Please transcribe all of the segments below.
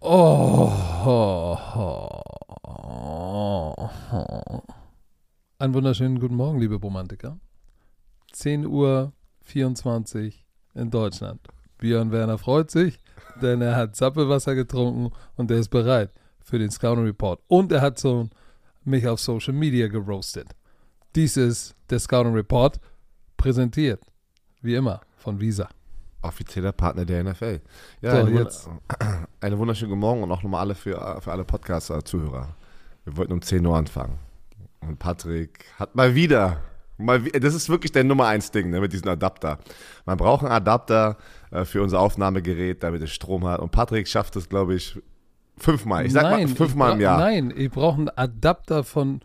Einen wunderschönen guten Morgen, liebe Romantiker. 10:24 Uhr in Deutschland. Björn Werner freut sich, denn er hat Sappelwasser getrunken und er ist bereit für den Scouting Report. Und er hat mich auf Social Media geroastet. Dies ist der Scouting Report, präsentiert, wie immer, von Visa. Offizieller Partner der NFL. Ja, So, jetzt. Eine wunderschöne Guten Morgen und auch nochmal für alle Podcast-Zuhörer. Wir wollten um 10 Uhr anfangen. Und Patrick hat mal wieder, das ist wirklich der Nummer 1 Ding, ne, mit diesem Adapter. Man braucht einen Adapter für unser Aufnahmegerät, damit es Strom hat. Und Patrick schafft es, glaube ich, 5-mal. Ich sag mal 5-mal im Jahr. Nein, ich brauche einen Adapter von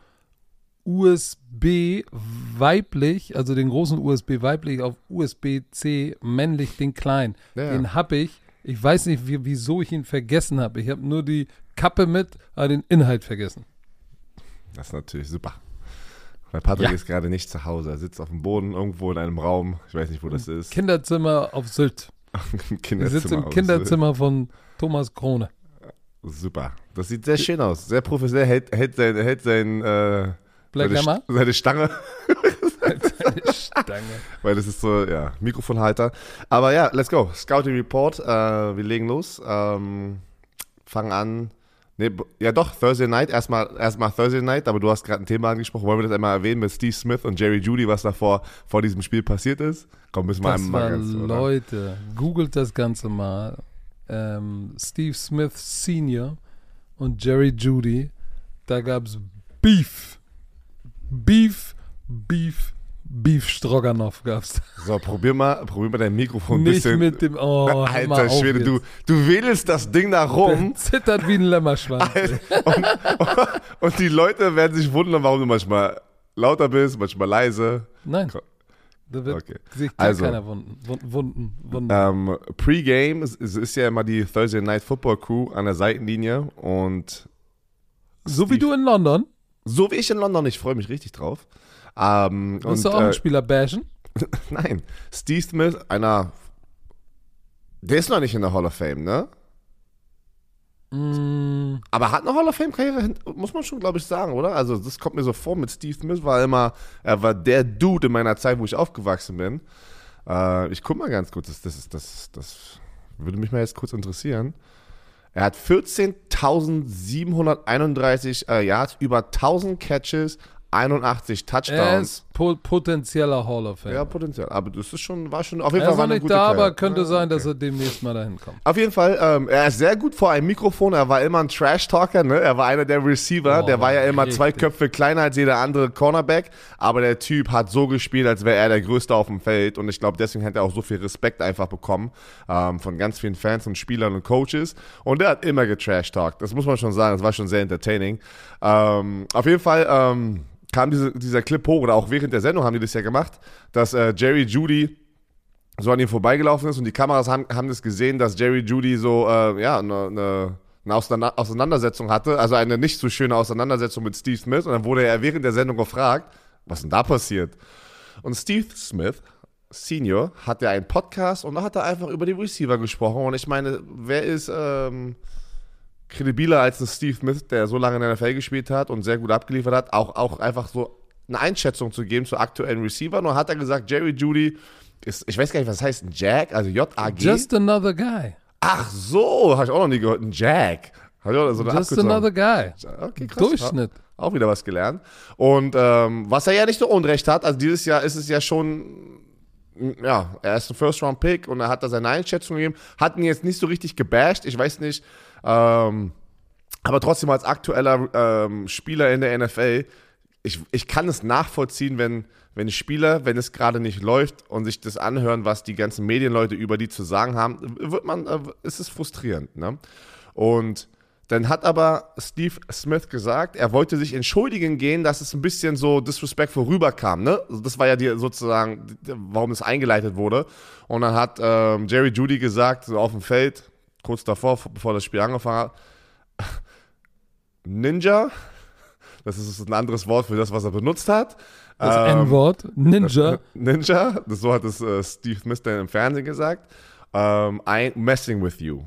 USB weiblich, also den großen USB weiblich auf USB-C männlich, den kleinen. Ja. Den habe ich. Ich weiß nicht, wieso ich ihn vergessen habe. Ich habe nur die Kappe mit, aber den Inhalt vergessen. Das ist natürlich super. Weil Patrick ist gerade nicht zu Hause. Er sitzt auf dem Boden irgendwo in einem Raum. Ich weiß nicht, wo das ist. Kinderzimmer auf Sylt. Er sitzt im Kinderzimmer von Thomas Krone. Super. Das sieht sehr schön aus. Sehr professionell. Hält seine Stange. Seine Stange. Weil das ist so, ja, Mikrofonhalter. Aber ja, let's go. Scouting Report. Wir legen los. Fangen an. Nee, ja doch, Thursday Night. Erstmal Thursday Night, aber du hast gerade ein Thema angesprochen. Wollen wir das einmal erwähnen mit Steve Smith und Jerry Jeudy, was da vor diesem Spiel passiert ist? Komm, müssen wir einmal ganz, oder? Leute, googelt das Ganze mal. Steve Smith Senior und Jerry Jeudy, da gab es Beef Stroganoff gab's. So, probier mal dein Mikrofon ein Nicht bisschen. mit dem, Alter Schwede, du wedelst das Ding da rum. Der zittert wie ein Lämmerschwanz. Und die Leute werden sich wundern, warum du manchmal lauter bist, manchmal leise. Nein. Da wird sich keiner wundern. Pre-Game ist ja immer die Thursday Night Football Crew an der Seitenlinie und so wie du in London? So wie ich in London, ich freue mich richtig drauf. Willst du auch einen Spieler bashen? Nein, Steve Smith, der ist noch nicht in der Hall of Fame, ne? Aber hat eine Hall of Fame-Karriere, muss man schon, glaube ich, sagen, oder? Also das kommt mir so vor, mit Steve Smith er war der Dude in meiner Zeit, wo ich aufgewachsen bin. Ich guck mal ganz kurz, das würde mich mal jetzt kurz interessieren. Er hat 14.731 Yards, über 1000 Catches, 81 Touchdowns. Er ist potenzieller Hall of Fame. Ja, potenziell. Aber das war schon auf jeden Fall eine eine nicht gute da, Karriere. aber könnte sein, dass er demnächst mal dahin kommt. Auf jeden Fall, er ist sehr gut vor einem Mikrofon. Er war immer ein Trash-Talker, ne? Er war einer der Receiver. Der war ja immer richtig 2 Köpfe kleiner als jeder andere Cornerback. Aber der Typ hat so gespielt, als wäre er der Größte auf dem Feld. Und ich glaube, deswegen hat er auch so viel Respekt einfach bekommen von ganz vielen Fans und Spielern und Coaches. Und er hat immer getrash-talkt. Das muss man schon sagen. Das war schon sehr entertaining. Auf jeden Fall kam dieser Clip hoch, oder auch während der Sendung haben die das ja gemacht, dass Jerry Jeudy so an ihm vorbeigelaufen ist und die Kameras haben das gesehen, dass Jerry Jeudy so eine Auseinandersetzung hatte, also eine nicht so schöne Auseinandersetzung mit Steve Smith, und dann wurde er während der Sendung gefragt, was denn da passiert? Und Steve Smith Senior hat ja einen Podcast und da hat er einfach über die Receiver gesprochen, und ich meine, wer ist kredibiler als ein Steve Smith, der so lange in der NFL gespielt hat und sehr gut abgeliefert hat, auch einfach so eine Einschätzung zu geben zu aktuellen Receiver. Nur hat er gesagt, Jerry Jeudy ist, ich weiß gar nicht, was heißt ein Jack, also J-A-G. Just another guy. Ach so, habe ich auch noch nie gehört, ein Jack. Just another guy. Okay, krass. Durchschnitt. Auch wieder was gelernt. Und was er ja nicht so unrecht hat, also dieses Jahr ist es ja schon, ja, er ist ein First-Round-Pick und er hat da seine Einschätzung gegeben, hat ihn jetzt nicht so richtig gebasht, ich weiß nicht, aber trotzdem als aktueller Spieler in der NFL, ich kann es nachvollziehen, wenn Spieler, wenn es gerade nicht läuft und sich das anhören, was die ganzen Medienleute über die zu sagen haben, ist es frustrierend, ne? Und dann hat aber Steve Smith gesagt, er wollte sich entschuldigen gehen, dass es ein bisschen so disrespectful rüberkam, ne? Also das war ja sozusagen, warum es eingeleitet wurde. Und dann hat Jerry Jeudy gesagt, so auf dem Feld, kurz davor, bevor das Spiel angefangen hat, Ninja, das ist ein anderes Wort für das, was er benutzt hat. Das N-Wort, Ninja. So hat es Steve Smith dann im Fernsehen gesagt. I'm messing with you.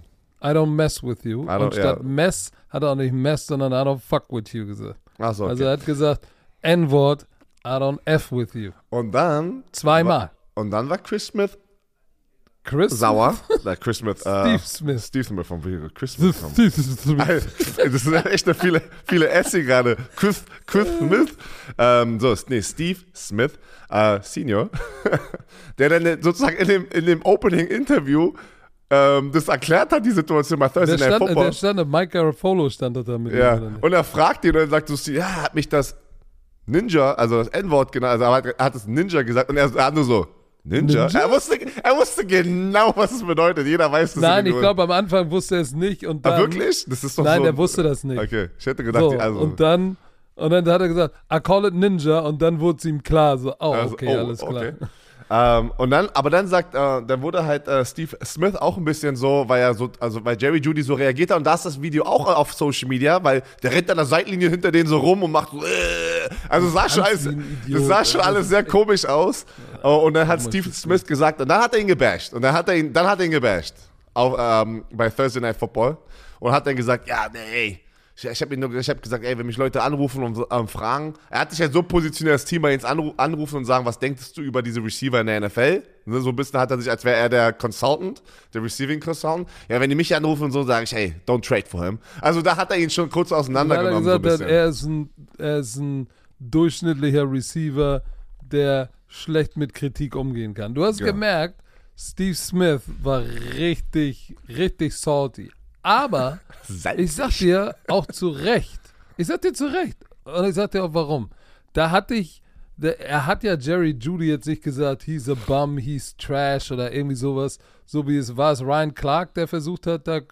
I don't mess with you. Und statt mess hat er auch nicht mess, sondern I don't fuck with you gesagt. Ach so, okay. Also er hat gesagt, N-Wort, I don't F with you. Und dann... Zweimal. Und dann war Chris Smith sauer. Chris Smith. Steve Smith vom Video. Chris Smith. Das sind echt viele Essi gerade. Chris Smith. Steve Smith Senior. Der dann sozusagen in dem Opening-Interview das erklärt hat, die Situation bei Thursday Night Football. Der stand, Mike Garafolo stand da mit. Ja. Und er fragt ihn und er sagt so, ja, hat mich das Ninja, also das N-Wort genannt, also er hat es Ninja gesagt und er hat nur so, Ninja? Er wusste genau, was es bedeutet. Jeder weiß das. Nein, ich glaube, am Anfang wusste er es nicht. Und dann, wirklich? Das ist doch nein, so. er wusste das nicht. Okay, ich hätte gedacht, so, und dann hat er gesagt, I call it Ninja und dann wurde es ihm klar, so, okay, alles klar. Okay. Aber dann wurde halt Steve Smith auch ein bisschen so, weil Jerry Jeudy so reagiert hat und da ist das Video auch auf Social Media, weil der rennt an der Seitenlinie hinter denen so rum und macht so, also das sah schon alles sehr komisch aus. Und dann hat Steve Smith gesagt, und dann hat er ihn gebasht. Und dann hat er ihn gebasht bei Thursday Night Football und hat dann gesagt, ja, nee, ich habe gesagt, ey, wenn mich Leute anrufen und fragen, er hat sich halt so positioniert, das Team bei uns anrufen und sagen, was denkst du über diese Receiver in der NFL? So ein bisschen hat er sich, als wäre er der Consultant, der Receiving Consultant. Ja, wenn die mich anrufen und so, sage ich, hey, don't trade for him. Also da hat er ihn schon kurz auseinandergenommen. Er hat gesagt, er ist ein durchschnittlicher Receiver, der schlecht mit Kritik umgehen kann. Du hast gemerkt, Steve Smith war richtig, richtig salty. Aber ich sag dir auch zu Recht. Und ich sag dir auch warum. Er hat ja Jerry Jeudy jetzt nicht gesagt, he's a bum, he's trash oder irgendwie sowas. So wie es war es Ryan Clark, der versucht hat, es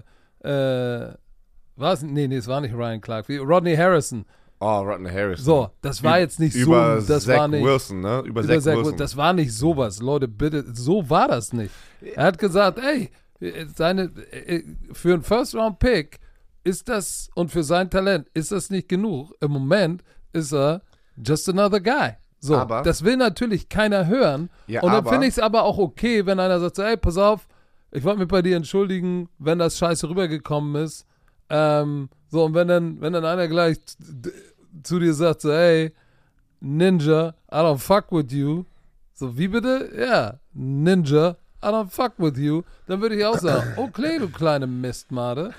war nicht Ryan Clark, Rodney Harrison. Oh, Rodney Harrison. So, das war jetzt nicht so. Das Zach war nicht Wilson, ne? Über Zach Wilson. Das war nicht sowas, Leute, bitte. So war das nicht. Er hat gesagt, ey, für einen First-Round-Pick ist das, und für sein Talent ist das nicht genug. Im Moment ist er just another guy. So, aber, das will natürlich keiner hören. Ja, und dann finde ich es aber auch okay, wenn einer sagt, so, ey, pass auf, ich wollte mich bei dir entschuldigen, wenn das scheiße rübergekommen ist. So, und wenn dann einer gleich zu dir sagt, so, hey, Ninja, I don't fuck with you. So, wie bitte? Ja, Ninja, I don't fuck with you. Dann würde ich auch sagen, okay, du kleine Mistmade.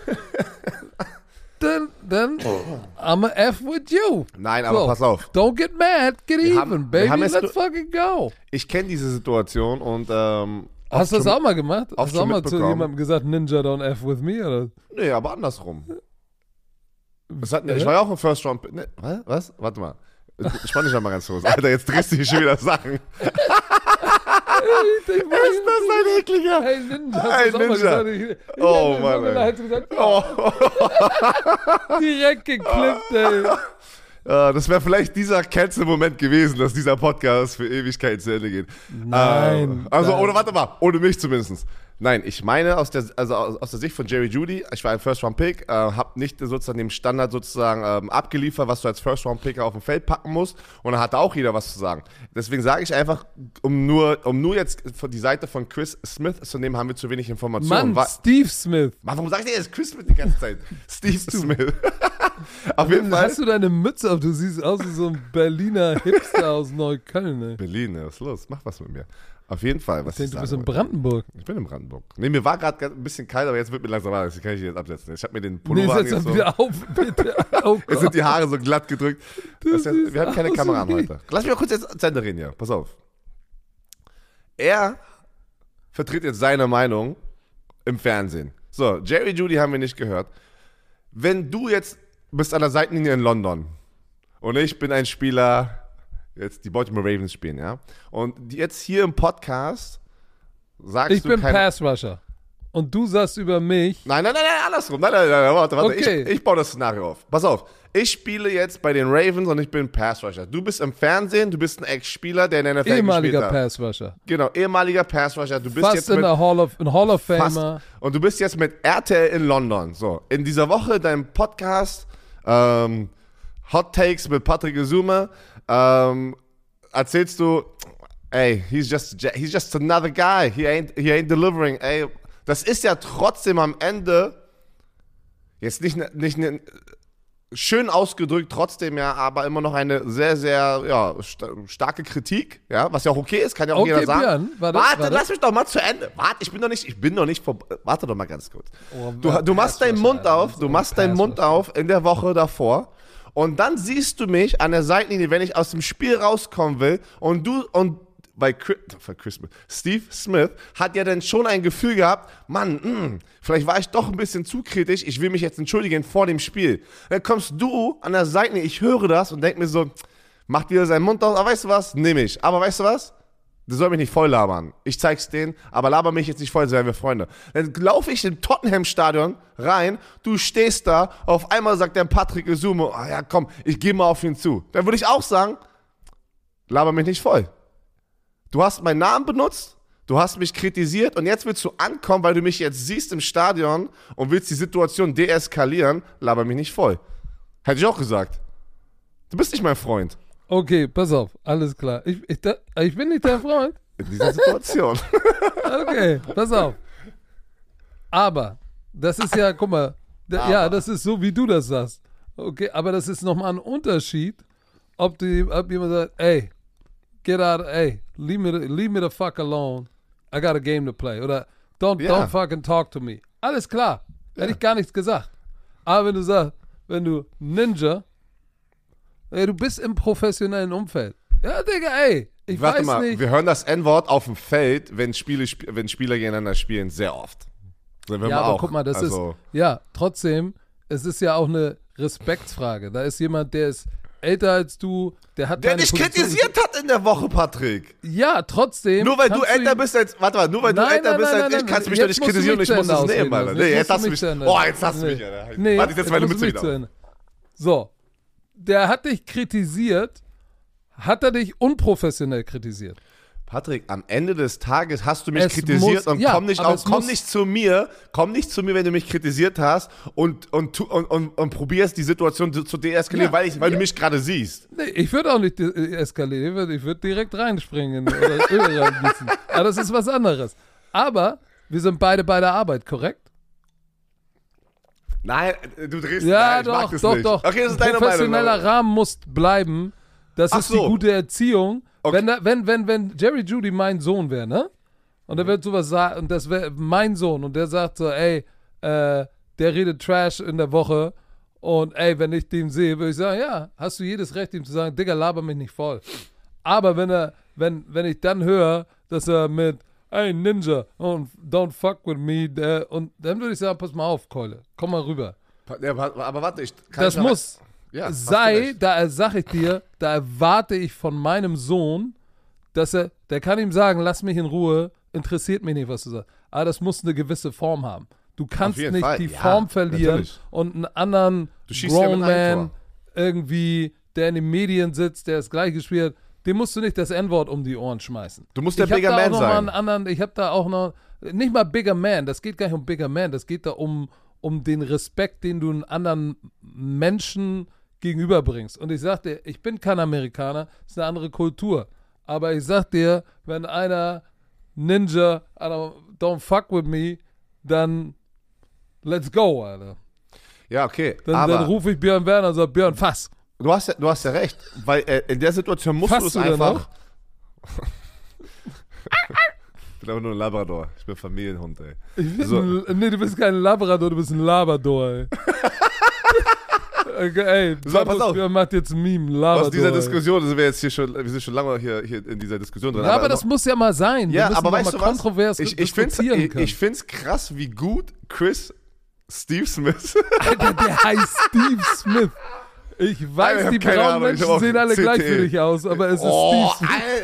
Dann I'm a F with you. Nein, aber pass auf. Don't get mad, get even, baby, let's fucking go. Ich kenne diese Situation und hast du das auch mal gemacht? Hast du auch mal zu jemandem gesagt, Ninja, don't F with me? Oder? Nee, aber andersrum. Ich war ja auch im First Round. Ne, was? Warte mal. Spann dich mal ganz los. Alter, jetzt drehst du hier schon wieder Sachen. Ist das ein ekliger? Hey, Ninja. Hey, Ninja. Oh, Mann, ey. Gesagt, direkt geklippt, ey. Das wäre vielleicht dieser Cancel-Moment gewesen, dass dieser Podcast für Ewigkeit zu Ende geht. Nein. Oder warte mal, ohne mich zumindest. Nein, ich meine aus der Sicht von Jerry Jeudy, ich war ein First-Round-Pick, habe nicht sozusagen dem Standard sozusagen abgeliefert, was du als First-Round-Picker auf dem Feld packen musst, und da hatte auch jeder was zu sagen. Deswegen sage ich einfach, um nur jetzt die Seite von Chris Smith zu nehmen, haben wir zu wenig Informationen. Mann, Steve Smith. Mann, warum sagst du jetzt Chris Smith die ganze Zeit? Steve Smith. Auf jeden Fall. Hast du deine Mütze auf? Du siehst aus wie so ein Berliner Hipster aus Neukölln. Ey. Berlin, was ist los? Mach was mit mir. Auf jeden Fall. Du bist in Brandenburg. Ich bin in Brandenburg. Nee, mir war gerade ein bisschen kalt, aber jetzt wird mir langsam warm. Das kann ich jetzt absetzen. Ich habe mir den Pullover angezogen. Wieder auf, bitte. Oh, jetzt sind die Haare so glatt gedrückt. Wir haben keine Kamera an heute. Lass mich mal kurz jetzt zu Ende reden hier. Pass auf. Er vertritt jetzt seine Meinung im Fernsehen. So, Jerry Jeudy haben wir nicht gehört. Wenn du jetzt bist an der Seitenlinie in London und ich bin ein Spieler, jetzt die Baltimore Ravens spielen, ja, und jetzt hier im Podcast sagst ich bin Pass-Rusher und du sagst über mich... Nein, andersrum. Nein, warte. Okay. Ich baue das Szenario auf. Pass auf, ich spiele jetzt bei den Ravens und ich bin Pass-Rusher. Du bist im Fernsehen, du bist ein Ex-Spieler, der in der NFL gespielt hat. Ehemaliger Pass-Rusher. Genau, ehemalige Pass-Rusher. Du bist fast jetzt in der Hall of Famer. Und du bist jetzt mit RTL in London. So, in dieser Woche dein Podcast, Hot Takes mit Patrick Azuma, erzählst du, ey, he's just another guy. He ain't delivering. Ey, das ist ja trotzdem am Ende jetzt nicht schön ausgedrückt, trotzdem ja, aber immer noch eine sehr, sehr starke Kritik, ja, was ja auch okay ist, kann ja auch jeder sagen. Björn, warte, lass mich doch mal zu Ende. Warte, ich bin noch nicht vorbei. Warte doch mal ganz kurz. Du machst deinen Mund auf, in der Woche davor und dann siehst du mich an der Seitenlinie, wenn ich aus dem Spiel rauskommen will und Steve Smith hat ja dann schon ein Gefühl gehabt, Mann, vielleicht war ich doch ein bisschen zu kritisch, ich will mich jetzt entschuldigen vor dem Spiel. Dann kommst du an der Seite, ich höre das und denke mir so, macht wieder seinen Mund auf, aber weißt du was, nehme ich. Aber weißt du was, der soll mich nicht voll labern. Ich zeig's denen, aber laber mich jetzt nicht voll, so wären wir Freunde. Dann laufe ich im Tottenham-Stadion rein, du stehst da, auf einmal sagt der Patrick Esumo, ja komm, ich gehe mal auf ihn zu. Dann würde ich auch sagen, laber mich nicht voll. Du hast meinen Namen benutzt, du hast mich kritisiert und jetzt willst du ankommen, weil du mich jetzt siehst im Stadion und willst die Situation deeskalieren, laber mich nicht voll. Hätte ich auch gesagt. Du bist nicht mein Freund. Okay, pass auf, alles klar. Ich bin nicht dein Freund. In dieser Situation. Okay, pass auf. Aber, das ist ja, guck mal, das ist so, wie du das sagst. Okay, aber das ist nochmal ein Unterschied, ob jemand sagt, ey, get out, ey, leave me the fuck alone. I got a game to play. Oder don't fucking talk to me. Alles klar. Hätte ich gar nichts gesagt. Aber wenn du sagst, wenn du Ninja, ey, du bist im professionellen Umfeld. Ja, Digga, ey, Warte mal, wir hören das N-Wort auf dem Feld, wenn Spieler gegeneinander spielen, sehr oft. Aber guck mal, das ist, trotzdem, es ist ja auch eine Respektsfrage. Da ist jemand, der ist älter als du, der dich kritisiert hat in der Woche, Patrick. Ja, trotzdem. Nur weil du älter bist als, ich, kannst du mich doch nicht kritisieren und ich muss es nehmen, Alter. Nee, jetzt hast du mich. Jetzt hast du mich, Alter. Nee, warte, jetzt meine Mütze wieder. So, der hat dich kritisiert, hat er dich unprofessionell kritisiert? Patrick, am Ende des Tages hast du mich kritisiert und komm nicht zu mir, wenn du mich kritisiert hast und probierst die Situation zu deeskalieren, weil du mich gerade siehst. Nee, ich würde auch nicht eskalieren, ich würde direkt reinspringen oder Öl reingießen. Aber das ist was anderes. Aber wir sind beide bei der Arbeit, korrekt? Nein, du drehst ja, nein, ich mag das doch. nicht. Okay, das ist deine Meinung. Professioneller Rahmen muss bleiben. Das ist die gute Erziehung. Okay. Wenn Jerry Judy mein Sohn wäre, ne? Und er wird sowas sagen, und das wäre mein Sohn, und der sagt so, ey, der redet Trash in der Woche, und ey, wenn ich den sehe, würde ich sagen, ja, hast du jedes Recht, ihm zu sagen, Digga, laber mich nicht voll. Aber wenn ich dann höre, dass er mit, ey, Ninja, und don't fuck with me, und dann würde ich sagen, pass mal auf, Keule, komm mal rüber. Ja, aber warte, das muss... Ja, sag ich dir, da erwarte ich von meinem Sohn, dass der kann ihm sagen, lass mich in Ruhe, interessiert mich nicht, was du sagst. Aber das muss eine gewisse Form haben. Du kannst nicht die Form verlieren natürlich. Und einen anderen Grown Man irgendwie, der in den Medien sitzt, der das Gleiche spielt, dem musst du nicht das N-Wort um die Ohren schmeißen. Du musst der Bigger Man sein. Ich habe da auch noch, nicht mal Bigger Man, das geht gar nicht um Bigger Man, das geht da um den Respekt, den du einen anderen Menschen gegenüberbringst. Und ich sag dir, ich bin kein Amerikaner, ist eine andere Kultur. Aber ich sag dir, wenn einer Ninja, don't fuck with me, dann let's go, Alter. Ja, okay. Dann rufe ich Björn Werner und sage, Björn, fass. Du hast ja recht, weil in der Situation musst du es einfach... Ich bin aber nur ein Labrador. Ich bin Familienhund, ey. Du bist kein Labrador, du bist ein Labrador, ey. Okay, ey, pass auf. Macht jetzt ein Meme, Labrador. Aus dieser Diskussion sind wir sind schon lange hier in dieser Diskussion drin. Ja, aber das muss ja mal sein. Ja, aber weißt du was? Kontrovers ich find's krass, wie gut Steve Smith. Alter, der heißt Steve Smith. Ich weiß, die braunen Menschen sehen alle gleich für dich aus, aber es ist Steve Smith.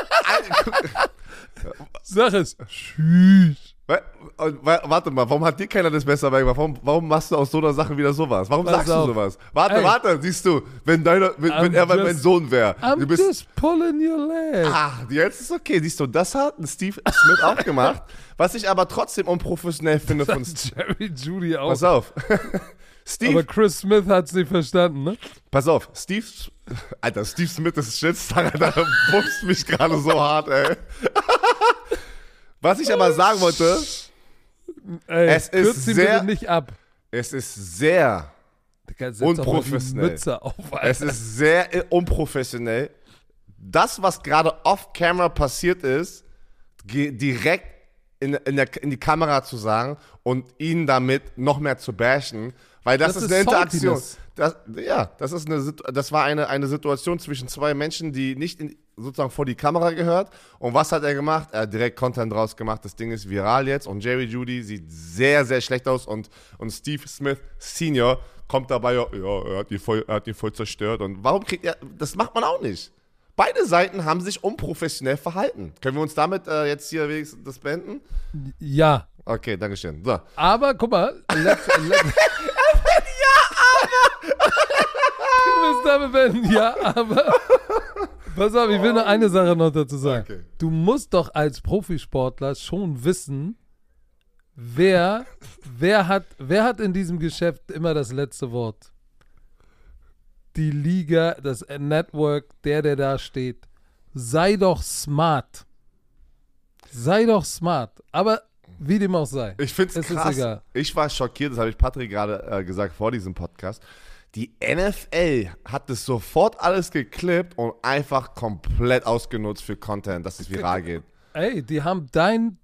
Sag es. Tschüss. Warte mal, warum hat dir keiner das besser beigebracht? Warum machst du aus so einer Sache wieder sowas? Warum sagst du sowas? Warte, siehst du, wenn er mein Sohn wäre. I'm just pulling your leg. Jetzt ist okay, siehst du, das hat Steve Smith auch gemacht, was ich aber trotzdem unprofessionell finde von Jerry Judy auch. Pass auf. Steve, aber Chris Smith hat's nicht verstanden, ne? Pass auf, Steve Smith ist Shitstar, der bumst mich gerade so hart, ey. Was ich aber sagen wollte, Ey, es ist sehr, nicht ab. es ist sehr unprofessionell. Mütze auf, es ist sehr unprofessionell. Das, was gerade off-camera passiert ist, direkt in die Kamera zu sagen und ihn damit noch mehr zu bashen, weil das ist eine Interaktion. Das war eine Situation zwischen zwei Menschen, die nicht sozusagen vor die Kamera gehört. Und was hat er gemacht? Er hat direkt Content draus gemacht. Das Ding ist viral jetzt und Jerry Jeudy sieht sehr, sehr schlecht aus und Steve Smith Senior kommt dabei, er hat die voll zerstört. Und warum kriegt er, das macht man auch nicht. Beide Seiten haben sich unprofessionell verhalten. Können wir uns damit jetzt hier wenigstens das beenden? Ja. Okay, danke schön. So. Aber, guck mal. Ja, aber. Pass auf, ich will nur eine Sache noch dazu sagen. Okay. Du musst doch als Profisportler schon wissen, wer hat in diesem Geschäft immer das letzte Wort? Die Liga, das Network, der da steht. Sei doch smart. Sei doch smart. Aber wie dem auch sei. Ich finde es krass. Ist egal. Ich war schockiert, das habe ich Patrick gerade gesagt vor diesem Podcast. Die NFL hat das sofort alles geklippt und einfach komplett ausgenutzt für Content, dass es viral geht. Ey, die haben dein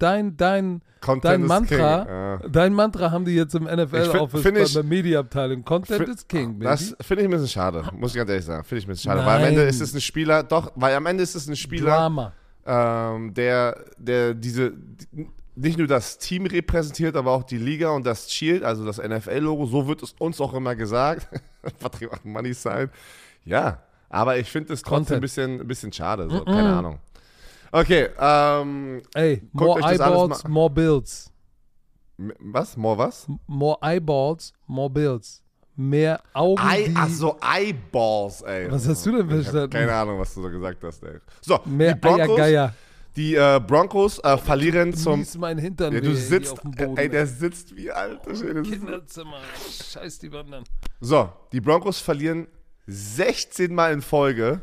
Mantra, dein Mantra haben die jetzt im NFL-Office bei der Mediaabteilung. Content is King, baby. Das finde ich ein bisschen schade, muss ich ganz ehrlich sagen. Finde ich ein bisschen schade, weil am Ende ist es ein Spieler, Drama. Der nicht nur das Team repräsentiert, aber auch die Liga und das Shield, also das NFL-Logo, so wird es uns auch immer gesagt. Patrick macht Money sein. Ja, aber ich finde es trotzdem ein bisschen schade, so, keine Ahnung. Okay, more Eyeballs, more Bills. Was? More was? More Eyeballs, more Bills. Mehr Augen, Eyeballs, ey. Was hast du denn verstanden? Keine Ahnung, was du so gesagt hast, ey. So, mehr die Broncos verlieren zum... Mein Hintern du sitzt, auf dem Boden, der sitzt wie Alter. Kinderzimmer, scheiß die Wandern. So, die Broncos verlieren 16 Mal in Folge.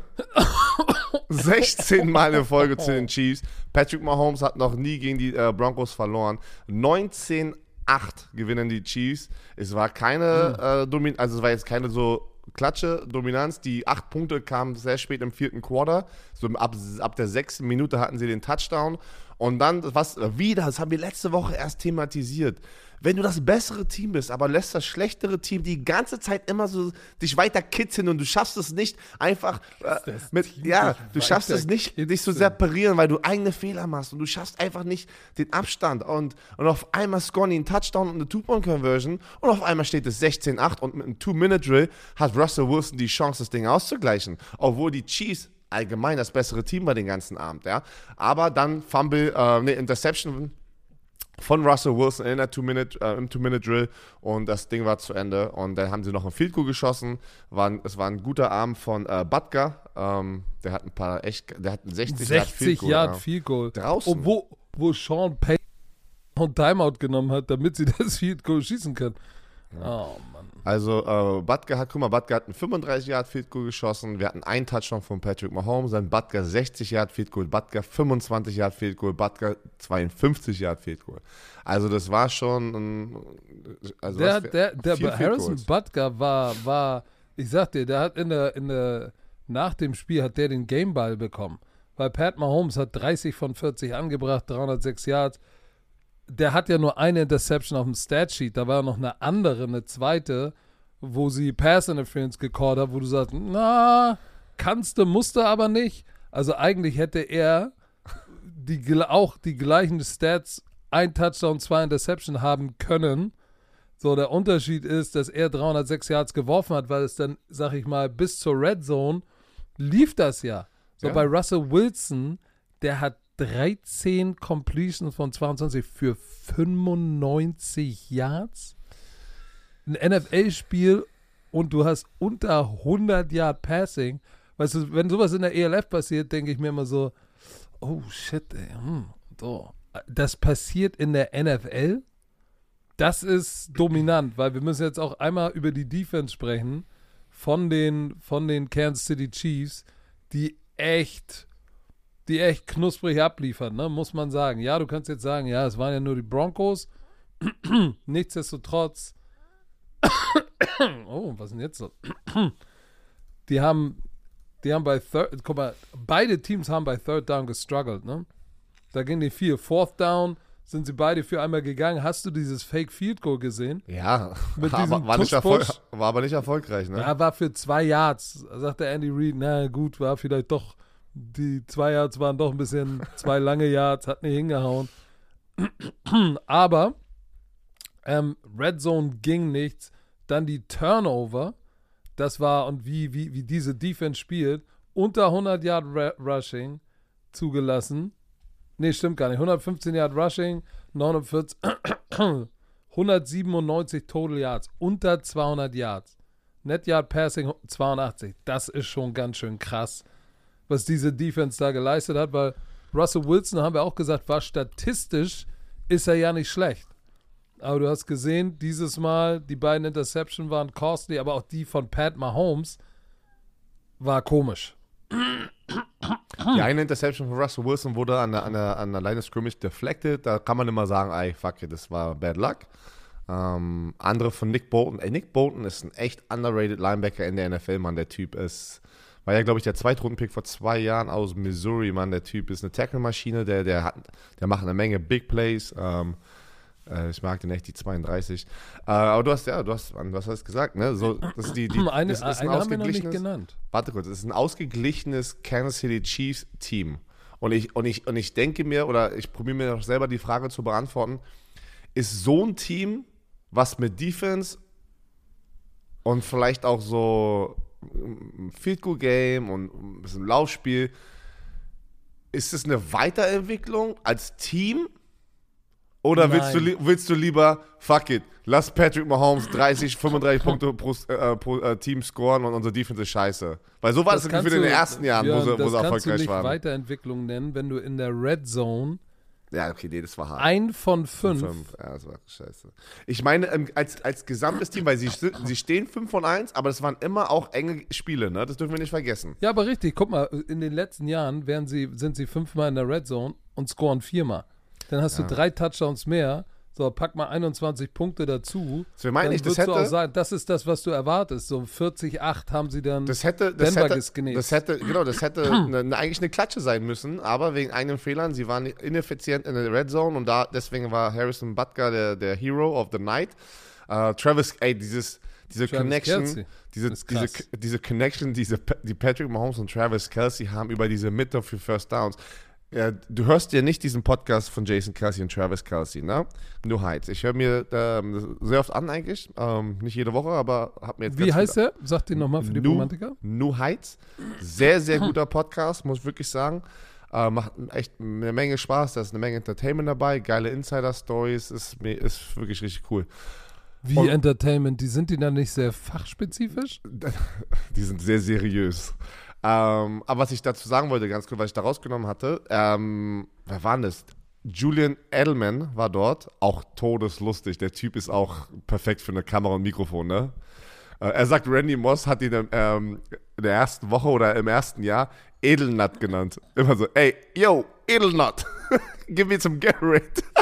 16 Mal in Folge zu den Chiefs. Patrick Mahomes hat noch nie gegen die Broncos verloren. 19-8 gewinnen die Chiefs. Es war keine es war jetzt keine so klatsche Dominanz. Die 8 Punkte kamen sehr spät im 4. Quarter. So ab der 6. Minute hatten sie den Touchdown. Und dann, das haben wir letzte Woche erst thematisiert. Wenn du das bessere Team bist, aber lässt das schlechtere Team die ganze Zeit immer so dich weiter kitzeln und du schaffst es nicht einfach du schaffst es nicht, dich zu separieren, weil du eigene Fehler machst und du schaffst einfach nicht den Abstand und auf einmal scoren die einen Touchdown und eine Two-Point-Conversion und auf einmal steht es 16-8 und mit einem 2-Minute-Drill hat Russell Wilson die Chance, das Ding auszugleichen, obwohl die Chiefs allgemein das bessere Team war den ganzen Abend, ja. Aber dann Interception von Russell Wilson in der im 2-Minute-Drill und das Ding war zu Ende und dann haben sie noch ein Field Goal geschossen. Es war ein guter Abend von Butker. Der hat ein 60 Yard Field Goal draußen. Wo Sean Payton ein Timeout genommen hat, damit sie das Field Goal schießen können. Ja. Oh Mann. Also Butker hat ein 35 Yard Field Goal geschossen. Wir hatten einen Touchdown von Patrick Mahomes, dann Butker 60 Yard Field Goal, Butker 25 Yard Field Goal, Butker 52 Yard Field Goal. Also das war schon Harrison Butker war, ich sag dir, der hat nach dem Spiel hat der den Gameball bekommen, weil Pat Mahomes hat 30 von 40 angebracht, 306 Yards. Der hat ja nur eine Interception auf dem Statsheet. Da war noch eine zweite, wo sie Pass Interference gecallt hat, wo du sagst, musste aber nicht. Also eigentlich hätte er auch die gleichen Stats, ein Touchdown, 2 Interception haben können. So, der Unterschied ist, dass er 306 Yards geworfen hat, weil es dann, sag ich mal, bis zur Red Zone lief das ja. So, bei Russell Wilson, der hat 13 Completions von 22 für 95 Yards. Ein NFL-Spiel und du hast unter 100 Yard Passing. Weißt du, wenn sowas in der ELF passiert, denke ich mir immer so, oh shit, ey, so. Das passiert in der NFL. Das ist dominant, weil wir müssen jetzt auch einmal über die Defense sprechen von den Kansas City Chiefs, die echt knusprig abliefern, ne? Muss man sagen. Ja, du kannst jetzt sagen, ja, es waren ja nur die Broncos, Nichtsdestotrotz, oh, was ist denn jetzt so? Die haben bei guck mal, beide Teams haben bei Third Down gestruggelt, ne? Da ging die 4. Fourth Down sind sie beide für einmal gegangen. Hast du dieses Fake Field Goal gesehen? Ja, Mit war aber nicht erfolgreich, ne? Ja, war für 2 Yards. Sagte Andy Reid, na gut, war vielleicht doch, die 2 Yards waren doch ein bisschen 2 lange Yards, hat nicht hingehauen. Aber Red Zone ging nichts. Dann die Turnover, das war, und wie diese Defense spielt, unter 100 Yard Rushing zugelassen. Nee, stimmt gar nicht. 115 Yard Rushing, 197 Total Yards, unter 200 Yards. Net Yard Passing 82. Das ist schon ganz schön krass, was diese Defense da geleistet hat, weil Russell Wilson, haben wir auch gesagt, war statistisch, ist er ja nicht schlecht. Aber du hast gesehen, dieses Mal, die beiden Interceptions waren costly, aber auch die von Pat Mahomes war komisch. Die eine Interception von Russell Wilson wurde an der Line of Scrimmage deflected. Da kann man immer sagen, ey, fuck it, das war bad luck. Andere von Nick Bolton. Nick Bolton ist ein echt underrated Linebacker in der NFL, Mann. Der Typ war ja, glaube ich, der Zweitrunden-Pick vor 2 Jahren aus Missouri, Mann. Der Typ ist eine Tackle-Maschine, der macht eine Menge Big Plays. Ich mag den echt, die 32. Aber du hast es gesagt, ne? So, das ist Eine das ist ein haben wir noch nicht genannt. Warte kurz, es ist ein ausgeglichenes Kansas City Chiefs Team. Und ich denke mir, oder ich probiere mir noch selber die Frage zu beantworten, ist so ein Team, was mit Defense und vielleicht auch so ein Field Goal Game und ein bisschen Laufspiel, ist es eine Weiterentwicklung als Team? Oder willst du lieber, fuck it, lass Patrick Mahomes 30, 35 Punkte pro Team scoren und unsere Defense ist scheiße? Weil so war das Gefühl in den ersten Jahren, wo sie erfolgreich waren. Das kannst du nicht Weiterentwicklung nennen, wenn du in der Red Zone ja, okay, nee, das war hart. 1 von 5. Ja, das war scheiße. Ich meine, als gesamtes Team, weil sie stehen 5 von 1, aber das waren immer auch enge Spiele, ne? Das dürfen wir nicht vergessen. Ja, aber richtig, guck mal, in den letzten Jahren sind sie 5-mal in der Red Zone und scoren 4-mal. Dann hast du 3 Touchdowns mehr. So, pack mal 21 Punkte dazu. So, meine ich, du auch sagen, das ist das, was du erwartest. So 40-8 haben sie dann Denver gesgenießt. Das hätte eigentlich eine Klatsche sein müssen, aber wegen eigenen Fehlern, sie waren ineffizient in der Red Zone und deswegen war Harrison Butker der Hero of the Night. Travis, diese Connection, diese Connection, die Patrick Mahomes und Travis Kelce haben über diese Mitte für First Downs. Ja, du hörst ja nicht diesen Podcast von Jason Kelce und Travis Kelce, ne? New Heights. Ich höre mir sehr oft an eigentlich, nicht jede Woche, aber habe mir jetzt Wie heißt der? Sag den nochmal für die Romantiker. New Heights. Sehr, sehr guter Podcast, muss ich wirklich sagen. Macht echt eine Menge Spaß, da ist eine Menge Entertainment dabei, geile Insider-Stories, ist wirklich richtig cool. Wie Entertainment? Sind die dann nicht sehr fachspezifisch? Die sind sehr seriös. Aber was ich dazu sagen wollte, ganz kurz, was ich da rausgenommen hatte, wer war denn das? Julian Edelman war dort, auch todeslustig. Der Typ ist auch perfekt für eine Kamera und Mikrofon, ne? Er sagt, Randy Moss hat ihn in der ersten Woche oder im ersten Jahr Edelnut genannt. Immer so, ey, yo, Edelnut, give me some Gatorade.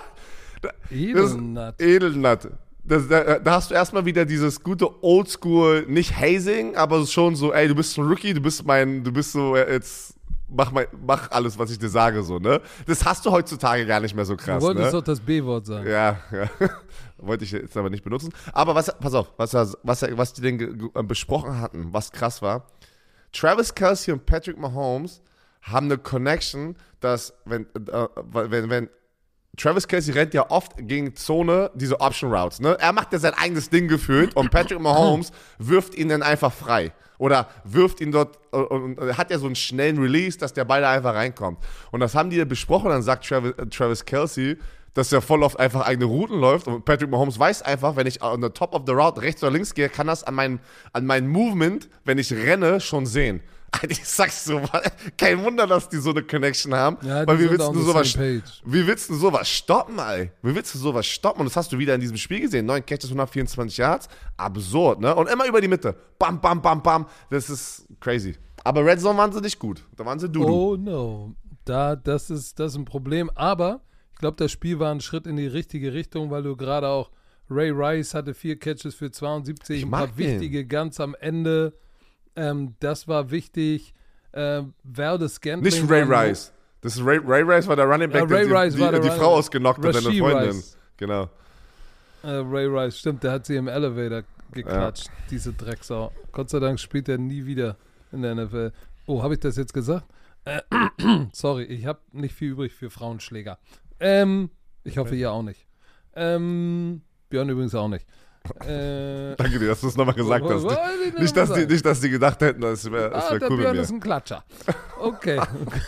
Edelnut. Da hast du erstmal wieder dieses gute Oldschool, nicht Hazing, aber schon so, ey, du bist ein Rookie, du bist so, jetzt mach alles, was ich dir sage, so, ne? Das hast du heutzutage gar nicht mehr so krass, du wolltest ne? doch das B-Wort sagen. Ja. Wollte ich jetzt aber nicht benutzen. Aber pass auf, was die denn besprochen hatten, was krass war, Travis Kelce und Patrick Mahomes haben eine Connection, dass wenn Travis Kelce rennt ja oft gegen Zone, diese Option Routes, ne? Er macht ja sein eigenes Ding gefühlt und Patrick Mahomes wirft ihn dann einfach frei. Oder wirft ihn dort und hat ja so einen schnellen Release, dass der Ball da einfach reinkommt. Und das haben die ja besprochen, dann sagt Travis Kelce, dass er voll oft einfach eigene Routen läuft und Patrick Mahomes weiß einfach, wenn ich on the top of the route rechts oder links gehe, kann das an meinem Movement, wenn ich renne, schon sehen. Ich sag's so, kein Wunder, dass die so eine Connection haben. Ja, weil wie willst du sowas stoppen, ey? Wie willst du sowas stoppen? Und das hast du wieder in diesem Spiel gesehen. 9 Catches, 124 Yards. Absurd, ne? Und immer über die Mitte. Bam, bam, bam, bam. Das ist crazy. Aber Red Zone waren sie nicht gut. Da waren sie Dudu. Oh no. Das ist ein Problem. Aber Ich glaube, das Spiel war ein Schritt in die richtige Richtung, weil du gerade auch Ray Rice hatte 4 Catches für 72, ein paar wichtige ganz am Ende. Das war wichtig. Valdez Scantling. Nicht Ray Rice. Das ist Ray Rice war der Running Back, der die Frau ausgenockt hat, seine Freundin. Rice. Genau. Ray Rice, stimmt, der hat sie im Elevator geklatscht, diese Drecksau. Gott sei Dank spielt er nie wieder in der NFL. Oh, habe ich das jetzt gesagt? Sorry, ich habe nicht viel übrig für Frauenschläger. Ich hoffe, ihr auch nicht. Björn übrigens auch nicht. Danke dir, dass du es nochmal gesagt hast. Nicht, dass die gedacht hätten, das wäre cool der mit Björn mir. ist ein Klatscher. Okay.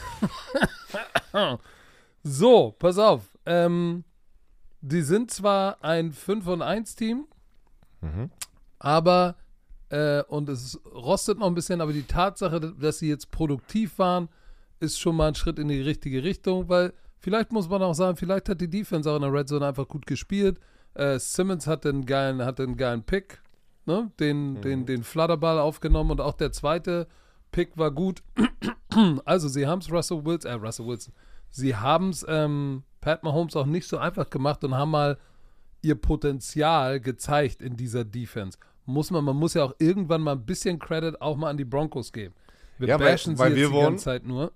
So, pass auf. Die sind zwar ein 5-1-Team, aber und es rostet noch ein bisschen, aber die Tatsache, dass sie jetzt produktiv waren, ist schon mal ein Schritt in die richtige Richtung, weil vielleicht muss man auch sagen, vielleicht hat die Defense auch in der Red Zone einfach gut gespielt. Simmons hatte einen geilen Pick, ne? Den Flatterball aufgenommen und auch der zweite Pick war gut. Also sie haben es Russell Wilson. Sie haben es Pat Mahomes auch nicht so einfach gemacht und haben mal ihr Potenzial gezeigt in dieser Defense. Man muss ja auch irgendwann mal ein bisschen Credit auch mal an die Broncos geben. Wir bashen sie jetzt die ganze Zeit nur.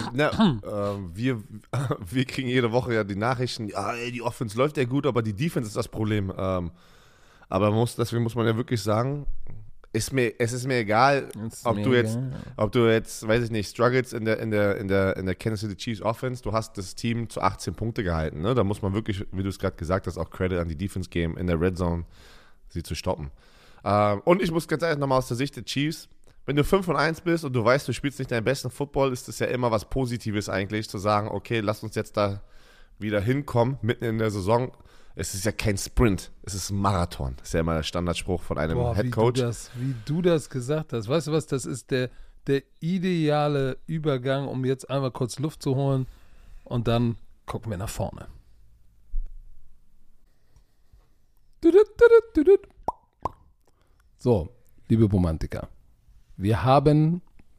Wir kriegen jede Woche ja die Nachrichten, die Offense läuft ja gut, aber die Defense ist das Problem. Aber deswegen muss man ja wirklich sagen, es ist mir egal, ob du jetzt, weiß ich nicht, struggles in der Kansas City Chiefs Offense, du hast das Team zu 18 Punkte gehalten. Ne? Da muss man wirklich, wie du es gerade gesagt hast, auch Credit an die Defense geben, in der Red Zone sie zu stoppen. Und ich muss ganz ehrlich nochmal aus der Sicht der Chiefs, wenn du 5-1 bist und du weißt, du spielst nicht deinen besten Football, ist das ja immer was Positives eigentlich, zu sagen, okay, lass uns jetzt da wieder hinkommen, mitten in der Saison. Es ist ja kein Sprint, es ist ein Marathon. Das ist ja immer der Standardspruch von einem Headcoach. Wie du das gesagt hast. Weißt du was, das ist der ideale Übergang, um jetzt einmal kurz Luft zu holen und dann gucken wir nach vorne. So, liebe Romantiker, wir haben,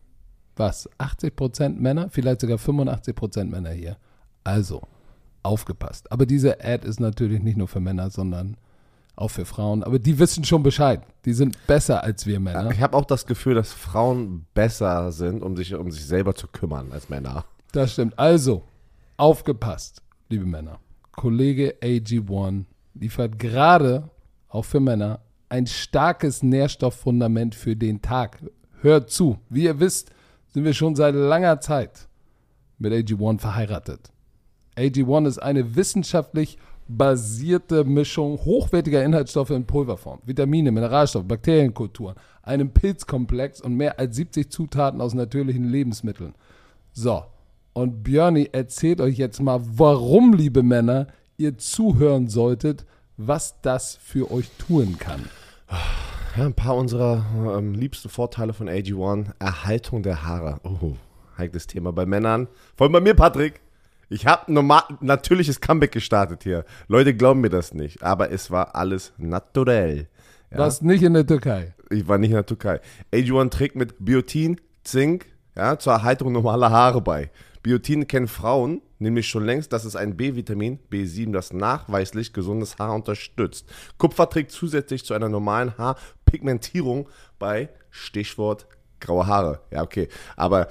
80% Männer, vielleicht sogar 85% Männer hier. Also, aufgepasst. Aber diese Ad ist natürlich nicht nur für Männer, sondern auch für Frauen. Aber die wissen schon Bescheid. Die sind besser als wir Männer. Ich habe auch das Gefühl, dass Frauen besser sind, um sich selber zu kümmern als Männer. Das stimmt. Also, aufgepasst, liebe Männer. Kollege AG1 liefert gerade, auch für Männer, ein starkes Nährstofffundament für den Tag. Hört zu. Wie ihr wisst, sind wir schon seit langer Zeit mit AG1 verheiratet. AG1 ist eine wissenschaftlich basierte Mischung hochwertiger Inhaltsstoffe in Pulverform, Vitamine, Mineralstoffe, Bakterienkulturen, einem Pilzkomplex und mehr als 70 Zutaten aus natürlichen Lebensmitteln. So, und Björni erzählt euch jetzt mal, warum, liebe Männer, ihr zuhören solltet, was das für euch tun kann. Ja, ein paar unserer liebsten Vorteile von AG1. Erhaltung der Haare. Oh, heikles Thema bei Männern. Vor allem bei mir, Patrick. Ich habe ein natürliches Comeback gestartet hier. Leute glauben mir das nicht, aber es war alles naturell. Ja? Warst nicht in der Türkei? Ich war nicht in der Türkei. AG1 trägt mit Biotin, Zink, ja, zur Erhaltung normaler Haare bei. Biotin kennen Frauen nämlich schon längst, das ist ein B-Vitamin, B7, das nachweislich gesundes Haar unterstützt. Kupfer trägt zusätzlich zu einer normalen Haarpigmentierung bei, Stichwort, graue Haare. Ja, okay, aber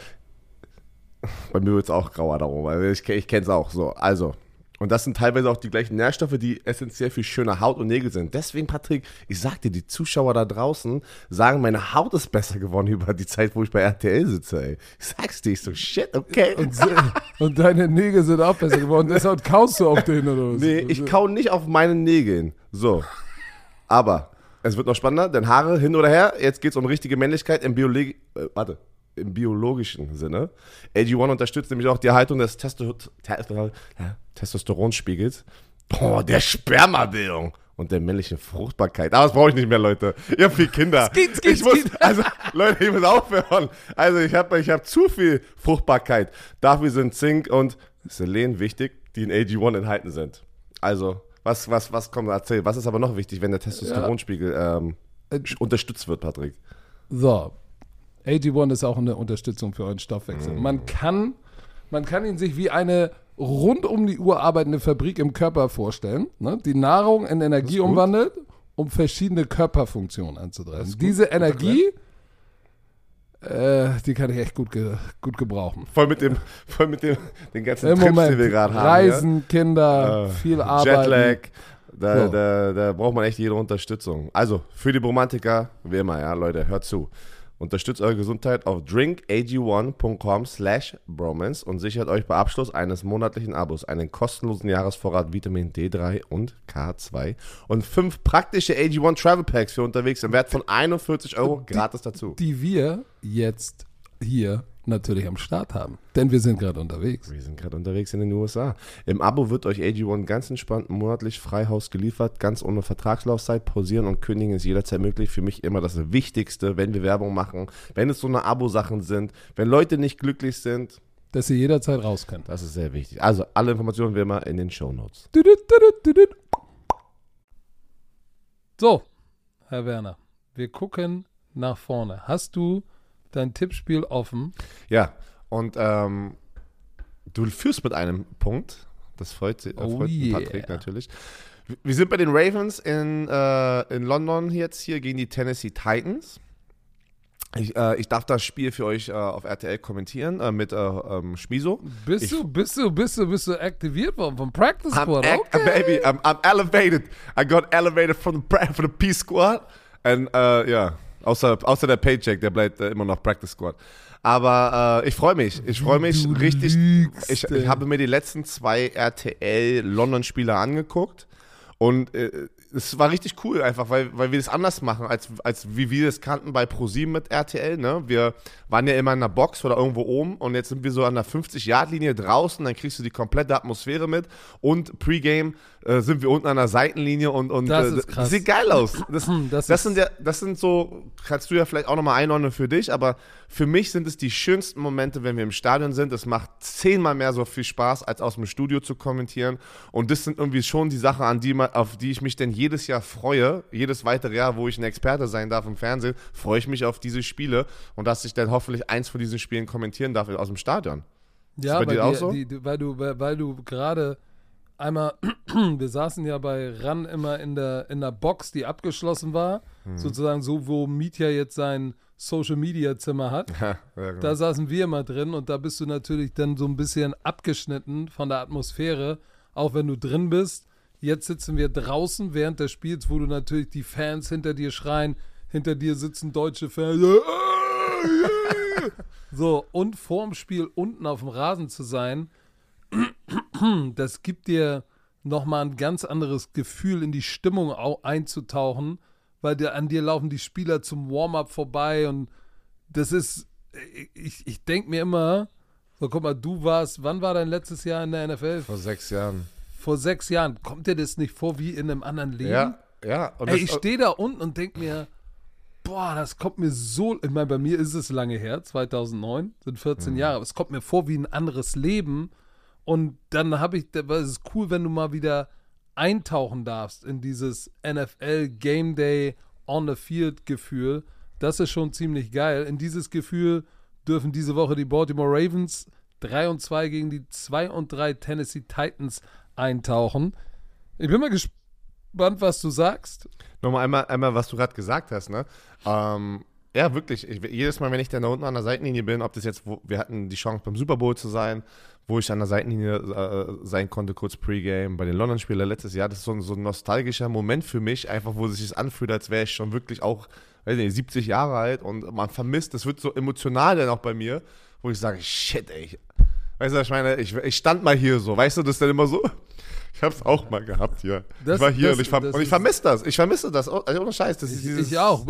bei mir wird es auch grauer darum, weil ich kenne es auch so. Also, und das sind teilweise auch die gleichen Nährstoffe, die essentiell für schöne Haut und Nägel sind. Deswegen, Patrick, ich sag dir, die Zuschauer da draußen sagen, meine Haut ist besser geworden über die Zeit, wo ich bei RTL sitze, ey. Ich sag's dir, ich so, shit, okay. Und deine Nägel sind auch besser geworden. Deshalb kaust du auf denen, oder was? Nee, ich kau nicht auf meinen Nägeln. So. Aber es wird noch spannender, denn Haare hin oder her, jetzt geht's um richtige Männlichkeit im biologischen Sinne. AG1 unterstützt nämlich auch die Erhaltung des Testosteronspiegels, der Spermabildung und der männlichen Fruchtbarkeit. Aber das brauche ich nicht mehr, Leute. Ihr habt 4 Kinder. Leute, ich muss aufhören. Also ich hab zu viel Fruchtbarkeit. Dafür sind Zink und Selen wichtig, die in AG1 enthalten sind. Also, was kommt, erzähl. Was ist aber noch wichtig, wenn der Testosteronspiegel unterstützt wird, Patrick? So, AG1 ist auch eine Unterstützung für euren Stoffwechsel. Man kann ihn sich wie eine rund um die Uhr arbeitende Fabrik im Körper vorstellen, ne, die Nahrung in Energie umwandelt, um verschiedene Körperfunktionen anzutreiben. Diese Energie, die kann ich echt gut gebrauchen. Voll mit den ganzen Trips, die wir gerade haben. Reisen, Kinder, viel Arbeiten. Jetlag. Da braucht man echt jede Unterstützung. Also, für die Bromantiker, wie immer, ja, Leute, hört zu. Unterstützt eure Gesundheit auf drinkag1.com/bromance und sichert euch bei Abschluss eines monatlichen Abos einen kostenlosen Jahresvorrat Vitamin D3 und K2 und 5 praktische AG1 Travel Packs für unterwegs im Wert von 41 € gratis dazu. Die wir jetzt hier natürlich am Start haben, denn wir sind gerade unterwegs. Wir sind gerade unterwegs in den USA. Im Abo wird euch AG1 ganz entspannt monatlich Freihaus geliefert, ganz ohne Vertragslaufzeit. Pausieren und kündigen ist jederzeit möglich. Für mich immer das Wichtigste, wenn wir Werbung machen, wenn es so eine Abo-Sachen sind, wenn Leute nicht glücklich sind. Dass ihr jederzeit raus könnt. Das ist sehr wichtig. Also alle Informationen wie immer in den Shownotes. So, Herr Werner, wir gucken nach vorne. Hast du dein Tippspiel offen? Ja, und du führst mit einem Punkt. Das freut Patrick natürlich. Wir sind bei den Ravens in London jetzt hier gegen die Tennessee Titans. Ich darf das Spiel für euch auf RTL kommentieren mit Schmiso. Bist du aktiviert worden vom Practice Squad? Baby, I'm elevated. I got elevated from the Peace Squad. And ja. Außer der Paycheck, der bleibt immer noch Practice Squad. Aber ich freue mich. Ich freue mich richtig. Ich habe mir die letzten 2 RTL-London-Spiele angeguckt. Und es war richtig cool einfach, weil wir das anders machen, als wie wir das kannten bei ProSieben mit RTL. Ne? Wir waren ja immer in einer Box oder irgendwo oben und jetzt sind wir so an der 50-Yard-Linie draußen, dann kriegst du die komplette Atmosphäre mit und Pre-Game sind wir unten an der Seitenlinie und das ist krass. Das sieht geil aus. Das sind so, kannst du ja vielleicht auch nochmal einordnen für dich, aber für mich sind es die schönsten Momente, wenn wir im Stadion sind. Es macht 10-mal mehr so viel Spaß, als aus dem Studio zu kommentieren und das sind irgendwie schon die Sachen, auf die ich mich denn jedes Jahr freue, jedes weitere Jahr, wo ich ein Experte sein darf im Fernsehen, freue ich mich auf diese Spiele und dass ich dann hoffentlich eins von diesen Spielen kommentieren darf aus dem Stadion. Ja, ist bei dir auch so? Weil du gerade einmal, wir saßen ja bei RAN immer in der Box, die abgeschlossen war, sozusagen so, wo Mietja jetzt sein Social-Media-Zimmer hat. Ja, genau. Da saßen wir immer drin und da bist du natürlich dann so ein bisschen abgeschnitten von der Atmosphäre, auch wenn du drin bist. Jetzt sitzen wir draußen während des Spiels, wo du natürlich die Fans hinter dir schreien, hinter dir sitzen deutsche Fans. So, und vorm Spiel unten auf dem Rasen zu sein, das gibt dir nochmal ein ganz anderes Gefühl, in die Stimmung einzutauchen, weil an dir laufen die Spieler zum Warm-up vorbei und das ist, ich denke mir immer, so guck mal, wann war dein letztes Jahr in der NFL? Vor 6 Jahren. Vor 6 Jahren. Kommt dir das nicht vor wie in einem anderen Leben? Ja. Und ich stehe da unten und denke mir, boah, das kommt mir so, ich meine, bei mir ist es lange her, 2009, sind 14 Jahre, aber es kommt mir vor wie ein anderes Leben und dann es ist cool, wenn du mal wieder eintauchen darfst in dieses NFL Game Day on the Field Gefühl, das ist schon ziemlich geil. In dieses Gefühl dürfen diese Woche die Baltimore Ravens 3-2 gegen die 2-3 Tennessee Titans eintauchen. Ich bin mal gespannt, was du sagst. Nochmal einmal, was du gerade gesagt hast, ne? Ja, wirklich. Jedes Mal, wenn ich dann da unten an der Seitenlinie bin, ob das jetzt, wir hatten die Chance beim Super Bowl zu sein, wo ich an der Seitenlinie sein konnte, kurz Pre-Game, bei den London-Spielen letztes Jahr, das ist so ein nostalgischer Moment für mich, einfach wo sich das anfühlt, als wäre ich schon wirklich auch, weiß nicht, 70 Jahre alt und man vermisst, das wird so emotional dann auch bei mir, wo ich sage, shit, ey. Weißt du, ich meine, ich stand mal hier so, weißt du, das ist dann immer so, ich hab's auch mal gehabt hier. Ich war hier und ich vermisse das. Ich vermisse das. Also ohne Scheiß. Das ist dieses ich auch.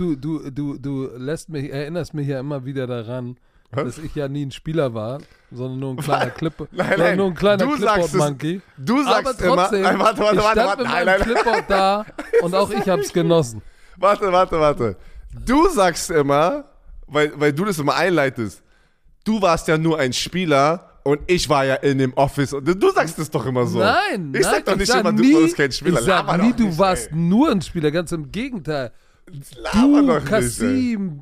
Du erinnerst mich ja immer wieder daran, dass ich ja nie ein Spieler war, sondern nur ein kleiner nur ein kleiner Clipboard-Monkey. Du sagst trotzdem, immer, warte, ich stand mit meinem Clipboard da und auch ich hab's genossen. Warte. Du sagst immer, weil du das immer einleitest, du warst ja nur ein Spieler und ich war ja in dem Office. Und du sagst das doch immer so. Nein, ich sag doch nicht immer, du warst kein Spieler. Ich sag nie, du warst nur ein Spieler, ganz im Gegenteil. Du, Kasim,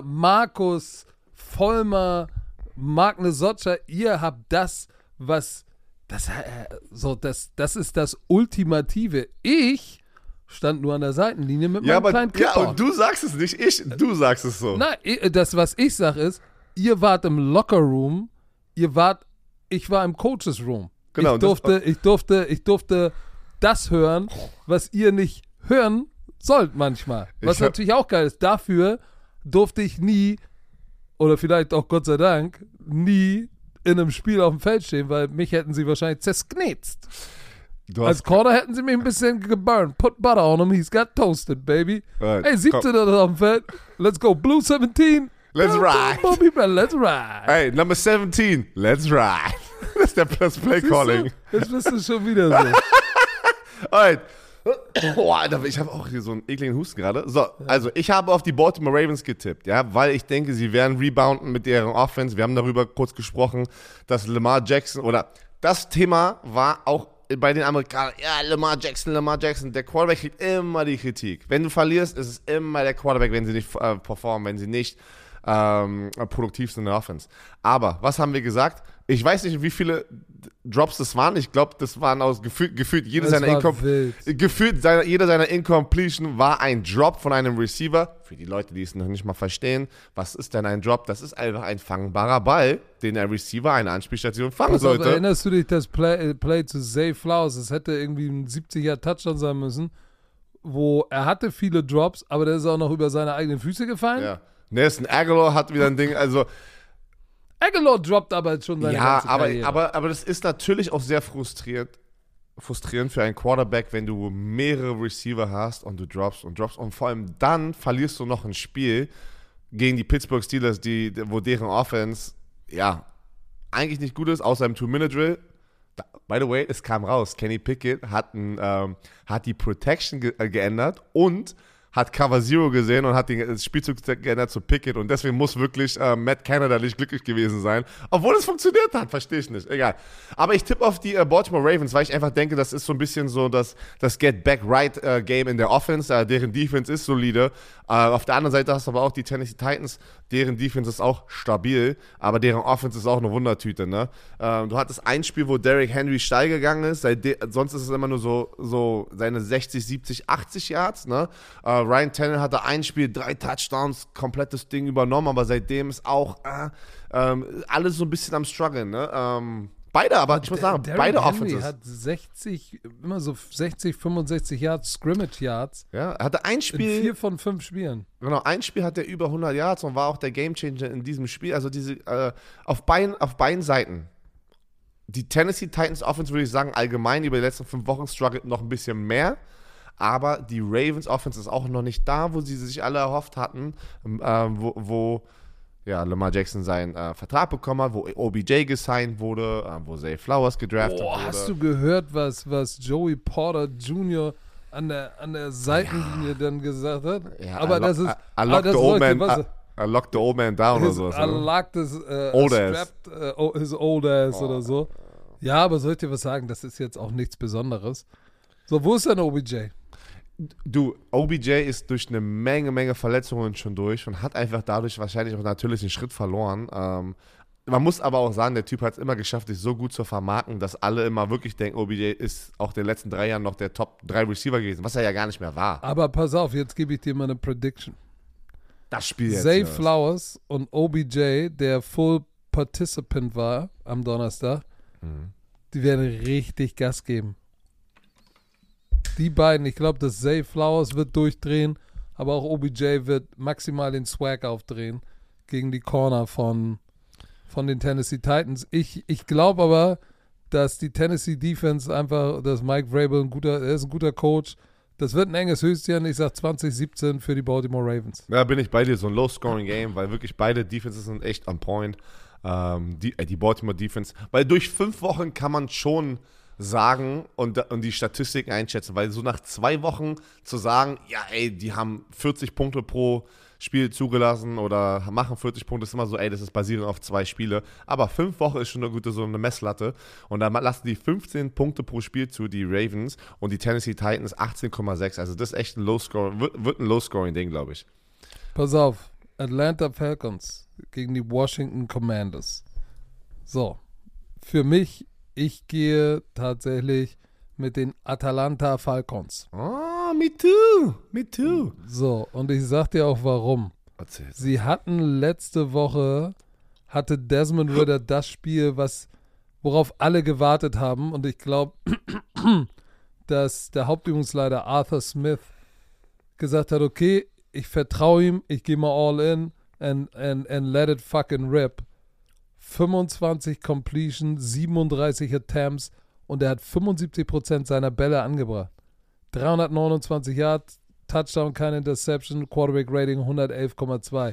Markus, Vollmer, Marc Nesotscher, ihr habt das, was Das ist das Ultimative. Ich stand nur an der Seitenlinie mit meinem kleinen Kipper. Ja, und du sagst es nicht, du sagst es so. Nein, das, was ich sage, ist, ihr wart im Lockerroom, ich war im Coaches Room. Genau, ich durfte das hören, was ihr nicht hören sollt manchmal. Was natürlich auch geil ist. Dafür durfte ich nie, oder vielleicht auch Gott sei Dank, nie in einem Spiel auf dem Feld stehen, weil mich hätten sie wahrscheinlich zersknetzt. Als Corner hätten sie mich ein bisschen geburnt. Put butter on him, he's got toasted, baby. Hey, 17 auf dem Feld. Let's go, Blue 17. Let's ride. Bobby, let's ride. Hey, Number 17, let's ride. Das Play-Calling. Jetzt bist du schon wieder so. Alright. Oh, Alter, ich habe auch hier so einen ekligen Husten gerade. So, also ich habe auf die Baltimore Ravens getippt, ja, weil ich denke, sie werden rebounden mit deren Offense. Wir haben darüber kurz gesprochen, dass Lamar Jackson, oder das Thema war auch bei den Amerikanern, ja, Lamar Jackson, der Quarterback kriegt immer die Kritik. Wenn du verlierst, ist es immer der Quarterback, wenn sie nicht performen, wenn sie nicht produktiv sind in der Offense. Aber, was haben wir gesagt? Ich weiß nicht, wie viele Drops das waren. Ich glaube, das waren aus gefühlt jeder seiner Incompletion war ein Drop von einem Receiver. Für die Leute, die es noch nicht mal verstehen, was ist denn ein Drop? Das ist einfach ein fangbarer Ball, den der Receiver eine Anspielstation fangen sollte. Erinnerst du dich das Play zu Zay Flowers? Es hätte irgendwie ein 70er-Touchdown sein müssen, wo er hatte viele Drops, aber der ist auch noch über seine eigenen Füße gefallen. Ja. Nelson Aguilar hat wieder ein Ding, also Aguilar droppt aber schon seine ganze Karriere. aber das ist natürlich auch sehr frustrierend für einen Quarterback, wenn du mehrere Receiver hast und du droppst und vor allem dann verlierst du noch ein Spiel gegen die Pittsburgh Steelers, wo deren Offense ja eigentlich nicht gut ist, außer im 2-Minute-Drill. By the way, es kam raus, Kenny Pickett hat die Protection geändert und hat Cover Zero gesehen und hat den Spielzug geändert zu Pickett und deswegen muss wirklich Matt Canada nicht glücklich gewesen sein. Obwohl es funktioniert hat, verstehe ich nicht. Egal. Aber ich tippe auf die Baltimore Ravens, weil ich einfach denke, das ist so ein bisschen so das Get-Back-Right-Game in der Offense. Deren Defense ist solide. Auf der anderen Seite hast du aber auch die Tennessee Titans. Deren Defense ist auch stabil, aber deren Offense ist auch eine Wundertüte. Ne? Du hattest ein Spiel, wo Derrick Henry steil gegangen ist. Sonst ist es immer nur so seine 60, 70, 80 Yards. Ne? Ryan Tannehill hatte ein Spiel, 3 Touchdowns, komplettes Ding übernommen, aber seitdem ist auch alles so ein bisschen am struggeln. Ne? Beide, aber ich muss sagen, beide Offenses. Hat 60, 65 Yards, Scrimmage Yards. Ja, er hatte ein Spiel. In 4 von 5 Spielen. Genau, ein Spiel hat er über 100 Yards und war auch der Gamechanger in diesem Spiel. Also auf beiden Seiten. Die Tennessee Titans Offense, würde ich sagen, allgemein über die letzten 5 Wochen struggelt noch ein bisschen mehr. Aber die Ravens Offense ist auch noch nicht da, wo sie sich alle erhofft hatten, wo Lamar Jackson seinen Vertrag bekommen hat, wo OBJ gesigned wurde, wo Zay Flowers gedraftet wurde. Hast du gehört, was Joey Porter Jr. an der Seitenlinie dann gesagt hat? Ja, aber das ist... I locked the old man down oder so. I locked his old ass oder so. Ja, aber soll ich dir was sagen? Das ist jetzt auch nichts Besonderes. So, wo ist denn OBJ? Du, OBJ ist durch eine Menge Verletzungen schon durch und hat einfach dadurch wahrscheinlich auch natürlich einen Schritt verloren. Man muss aber auch sagen, der Typ hat es immer geschafft, sich so gut zu vermarkten, dass alle immer wirklich denken, OBJ ist auch in den letzten 3 Jahren noch der Top 3 Receiver gewesen, was er ja gar nicht mehr war. Aber pass auf, jetzt gebe ich dir mal eine Prediction. Das Spiel jetzt. Zay Flowers und OBJ, der Full Participant war am Donnerstag, die werden richtig Gas geben. Die beiden, ich glaube, dass Zay Flowers wird durchdrehen, aber auch OBJ wird maximal den Swag aufdrehen gegen die Corner von den Tennessee Titans. Ich glaube aber, dass die Tennessee Defense einfach, dass Mike Vrabel ist ein guter Coach. Das wird ein enges Höchstchen. Ich sage 2017 für die Baltimore Ravens. Ja, bin ich bei dir. So ein Low-Scoring-Game, weil wirklich beide Defenses sind echt on point. Die Baltimore Defense. Weil durch 5 Wochen kann man schon sagen und die Statistiken einschätzen, weil so nach 2 Wochen zu sagen, ja ey, die haben 40 Punkte pro Spiel zugelassen oder machen 40 Punkte, ist immer so, ey, das ist basierend auf 2 Spiele, aber 5 Wochen ist schon eine gute, so eine Messlatte und dann lassen die 15 Punkte pro Spiel zu, die Ravens und die Tennessee Titans 18,6, also das ist echt ein Low-Scoring, wird ein Low-Scoring-Ding, glaube ich. Pass auf, Atlanta Falcons gegen die Washington Commanders. So, für mich Ich gehe tatsächlich mit den Atalanta Falcons. Oh, me too. So, und ich sag dir auch warum. Erzähl. Sie hatten letzte Woche, hatte Desmond Ridder das Spiel, worauf alle gewartet haben. Und ich glaube, dass der Hauptübungsleiter Arthur Smith gesagt hat, okay, ich vertraue ihm, ich gehe mal all in and let it fucking rip. 25 Completion, 37 Attempts und er hat 75% seiner Bälle angebracht. 329 Yards, Touchdown, keine Interception, Quarterback Rating 111,2.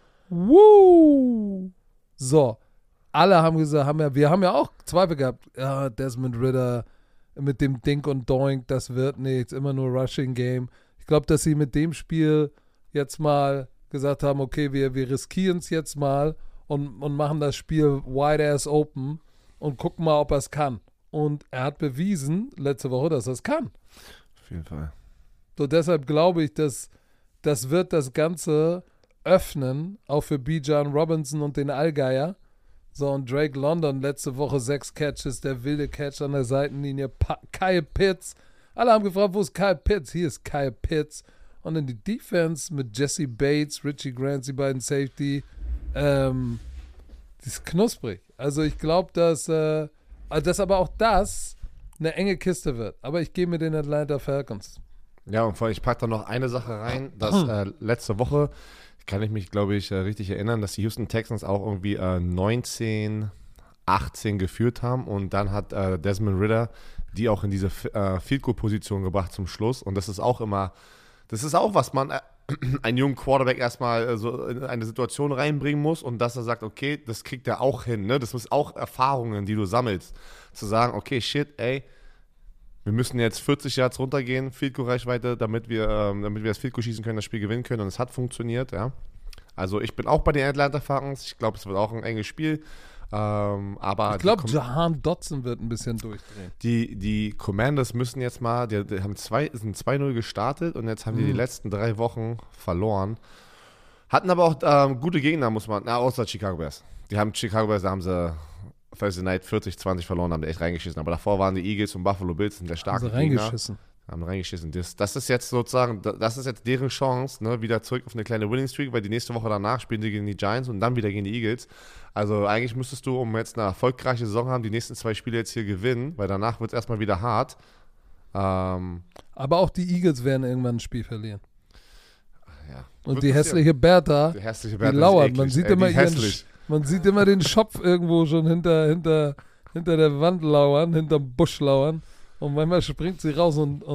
Woo! So, alle haben gesagt, wir haben ja auch Zweifel gehabt. Ja, Desmond Ridder mit dem Dink und Doink, das wird nichts, immer nur Rushing Game. Ich glaube, dass sie mit dem Spiel jetzt mal gesagt haben, okay, wir riskieren es jetzt mal und machen das Spiel wide ass open und gucken mal, ob er es kann. Und er hat bewiesen letzte Woche, dass er es kann. Auf jeden Fall. So, deshalb glaube ich, dass das wird das Ganze öffnen, auch für Bijan Robinson und den Allgeier. So, und Drake London letzte Woche 6 Catches, der wilde Catch an der Seitenlinie. Kyle Pitts. Alle haben gefragt, wo ist Kyle Pitts? Hier ist Kyle Pitts. Und in die Defense mit Jesse Bates, Richie Grant, die beiden Safety. Die ist knusprig. Also ich glaube, dass aber auch das eine enge Kiste wird. Aber ich gehe mit den Atlanta Falcons. Ja, und vor allem, ich packe da noch eine Sache rein, dass letzte Woche, kann ich mich, glaube ich, richtig erinnern, dass die Houston Texans auch irgendwie 19-18 geführt haben und dann hat Desmond Ridder die auch in diese Field-Goal-Position gebracht zum Schluss und das ist auch, was man einen jungen Quarterback erstmal so in eine Situation reinbringen muss und dass er sagt, okay, das kriegt er auch hin, ne? Das ist auch Erfahrungen, die du sammelst, zu sagen, okay, shit, ey, wir müssen jetzt 40 Yards runtergehen, Field-Goal-Reichweite, damit wir das Field-Goal schießen können, das Spiel gewinnen können und es hat funktioniert, ja. Also ich bin auch bei den Atlanta Falcons, ich glaube, es wird auch ein enges Spiel, aber ich glaube, Jahan Dotson wird ein bisschen durchdrehen. Die Commanders müssen jetzt mal, die sind 2-0 gestartet und jetzt haben die letzten 3 Wochen verloren. Hatten aber auch gute Gegner, außer Chicago Bears. Da haben sie Thursday Night 40-20 verloren, haben die echt reingeschissen. Aber davor waren die Eagles und Buffalo Bills sind der starke Gegner. Haben reingeschissen. Das ist jetzt sozusagen, das ist jetzt deren Chance, ne, wieder zurück auf eine kleine Winning Streak, weil die nächste Woche danach spielen die gegen die Giants und dann wieder gegen die Eagles. Also eigentlich müsstest du, um jetzt eine erfolgreiche Saison haben, die nächsten 2 Spiele jetzt hier gewinnen, weil danach wird es erstmal wieder hart. Aber auch die Eagles werden irgendwann ein Spiel verlieren. Ja. Und die hässliche Bertha, die lauert. Man sieht immer den Schopf irgendwo schon hinter der Wand lauern, hinterm Busch lauern. Und manchmal springt sie raus und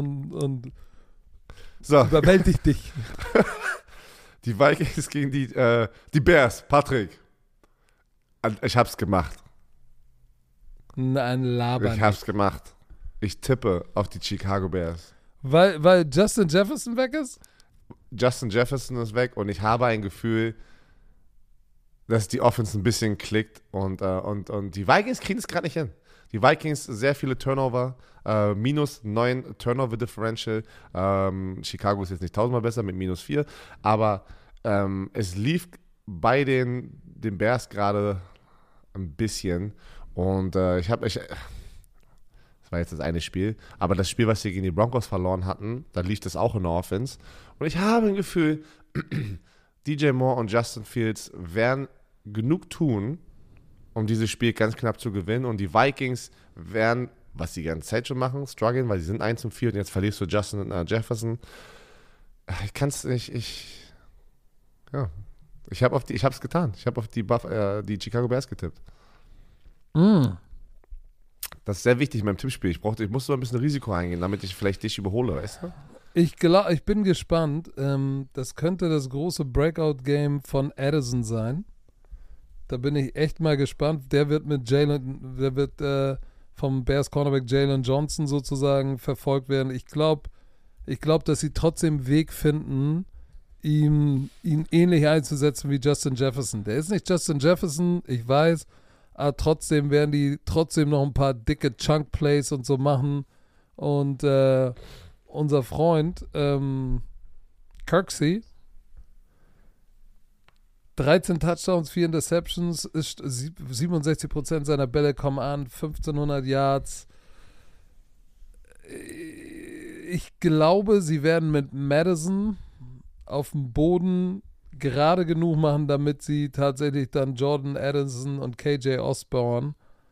so. Überwältigt dich. Die Vikings gegen die Bears. Patrick. Ich hab's gemacht. Nein, laber Ich hab's gemacht. Ich tippe auf die Chicago Bears. Weil Justin Jefferson weg ist? Justin Jefferson ist weg und ich habe ein Gefühl, dass die Offense ein bisschen klickt und die Vikings kriegen es gerade nicht hin. Die Vikings, sehr viele Turnover, minus 9 Turnover-Differential. Chicago ist jetzt nicht 1000-mal besser mit minus 4, aber es lief bei den Bears gerade ein bisschen und das war jetzt das eine Spiel, aber das Spiel, was sie gegen die Broncos verloren hatten, da lief das auch in der Offense und ich habe ein Gefühl, DJ Moore und Justin Fields werden genug tun, um dieses Spiel ganz knapp zu gewinnen. Und die Vikings werden, was sie die ganze Zeit schon machen, strugglen, weil sie sind 1-4 und jetzt verlierst du Justin Jefferson. Ich kann es nicht, ich habe es getan. Ich habe auf die Chicago Bears getippt. Das ist sehr wichtig in meinem Tippspiel. Ich musste ein bisschen Risiko eingehen, damit ich vielleicht dich überhole, weißt du? Ich bin gespannt. Das könnte das große Breakout-Game von Addison sein. Da bin ich echt mal gespannt. Der wird vom Bears Cornerback Jalen Johnson sozusagen verfolgt werden. Ich glaube, dass sie trotzdem einen Weg finden, ihn ähnlich einzusetzen wie Justin Jefferson. Der ist nicht Justin Jefferson, ich weiß, aber trotzdem werden die noch ein paar dicke Chunk-Plays und so machen. Und unser Freund Kirksey, 13 Touchdowns, 4 Interceptions, ist 67% seiner Bälle kommen an, 1500 Yards. Ich glaube, sie werden mit Madison auf dem Boden gerade genug machen, damit sie tatsächlich dann Jordan Addison und KJ Osborne,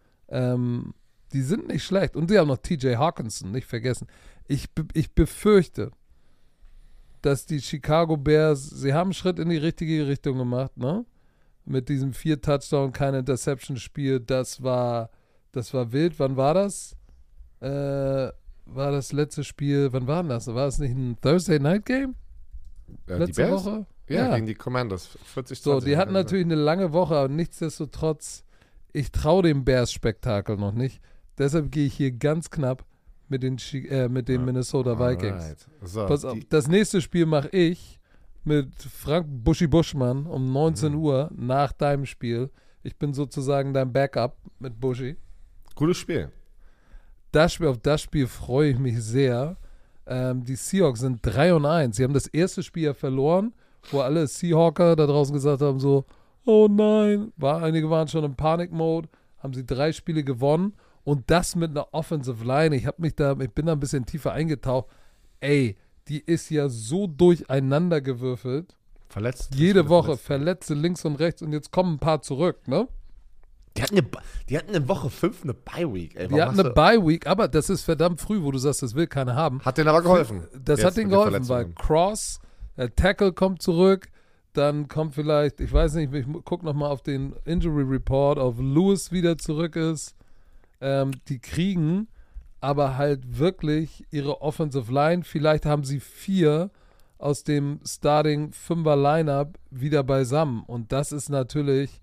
die sind nicht schlecht. Und sie haben noch TJ Hawkinson, nicht vergessen. Ich befürchte, dass die Chicago Bears, sie haben einen Schritt in die richtige Richtung gemacht, ne? Mit diesem 4 Touchdown, keine Interception-Spiel, das war wild. Wann war das? War das letzte Spiel, wann war das? War es nicht ein Thursday Night Game? Letzte Woche? Ja, gegen die Commanders. 40-20. So, die hatten natürlich eine lange Woche, aber nichtsdestotrotz, ich traue dem Bears-Spektakel noch nicht. Deshalb gehe ich hier ganz knapp mit den Minnesota Vikings. So, Pass auf, das nächste Spiel mache ich mit Frank Buschi-Buschmann um 19 Uhr nach deinem Spiel. Ich bin sozusagen dein Backup mit Buschi. Gutes Spiel. Auf das Spiel freue ich mich sehr. Die Seahawks sind 3-1. Sie haben das erste Spiel ja verloren, wo alle Seahawker da draußen gesagt haben so, oh nein, einige waren schon im Panik-Mode, haben sie 3 Spiele gewonnen und das mit einer Offensive Line. Ich bin da ein bisschen tiefer eingetaucht. Ey, die ist ja so durcheinander gewürfelt. Verletzt. Jede Woche Verletzte links und rechts und jetzt kommen ein paar zurück, ne? Die hatten in Woche 5 eine Bye-Week. Die hatten eine Bye-Week, aber das ist verdammt früh, wo du sagst, das will keiner haben. Hat denen aber geholfen. Das hat denen geholfen, weil Cross, der Tackle kommt zurück, dann kommt vielleicht, ich weiß nicht, ich gucke nochmal auf den Injury Report, auf Lewis wieder zurück ist. Die kriegen aber halt wirklich ihre Offensive Line. Vielleicht haben sie 4 aus dem Starting 5er Lineup wieder beisammen. Und das ist natürlich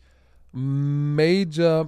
Major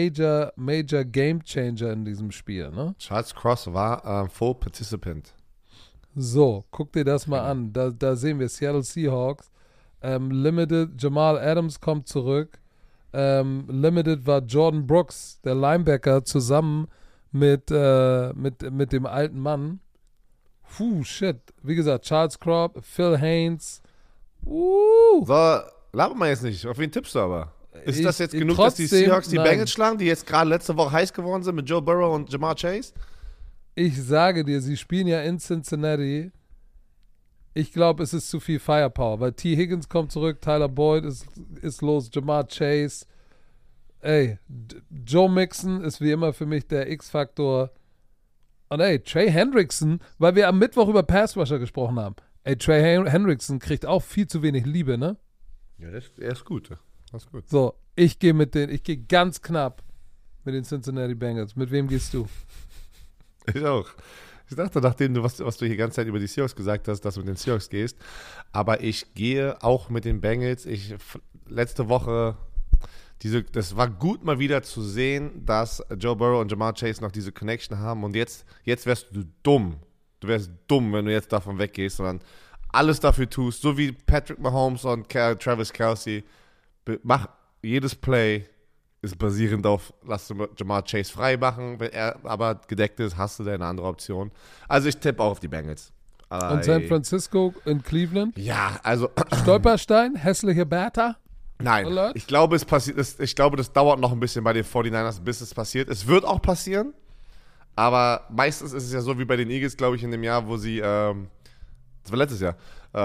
Game Changer in diesem Spiel. Ne? Charles Cross war Full Participant. So, guck dir das mal an. Da sehen wir Seattle Seahawks. Limited, Jamal Adams kommt zurück. Limited war Jordan Brooks, der Linebacker, zusammen mit dem alten Mann. Shit. Wie gesagt, Charles Cross, Phil Haynes. So, laber mal jetzt nicht. Auf wen tippst du aber? Ist das jetzt genug, dass die Seahawks die Bengals schlagen, die jetzt gerade letzte Woche heiß geworden sind mit Joe Burrow und Jamar Chase? Ich sage dir, sie spielen ja in Cincinnati. Ich glaube, es ist zu viel Firepower, weil T. Higgins kommt zurück, Tyler Boyd ist los, Jamar Chase. Ey, Joe Mixon ist wie immer für mich der X-Faktor. Und ey, Trey Hendrickson, weil wir am Mittwoch über Passrusher gesprochen haben. Ey, Trey Hendrickson kriegt auch viel zu wenig Liebe, ne? Ja, er ist gut. Das ist gut. So, ich gehe ganz knapp mit den Cincinnati Bengals. Mit wem gehst du? Ich auch. Ich dachte, nachdem du, was du hier die ganze Zeit über die Seahawks gesagt hast, dass du mit den Seahawks gehst. Aber ich gehe auch mit den Bengals. Letzte Woche, das war gut mal wieder zu sehen, dass Joe Burrow und Jamar Chase noch diese Connection haben. Und jetzt wärst du dumm. Du wärst dumm, wenn du jetzt davon weggehst, sondern alles dafür tust, so wie Patrick Mahomes und Travis Kelce. Mach jedes Play ist basierend auf, lass du Jamar Chase frei machen, wenn er aber gedeckt ist, hast du da eine andere Option. Also ich tippe auch auf die Bengals. Und San Francisco in Cleveland? Ja, also Stolperstein, hässliche Bertha? Nein, Alert? ich glaube, das dauert noch ein bisschen bei den 49ers, bis es passiert. Es wird auch passieren, aber meistens ist es ja so wie bei den Eagles, glaube ich, in dem Jahr, wo sie, das war letztes Jahr,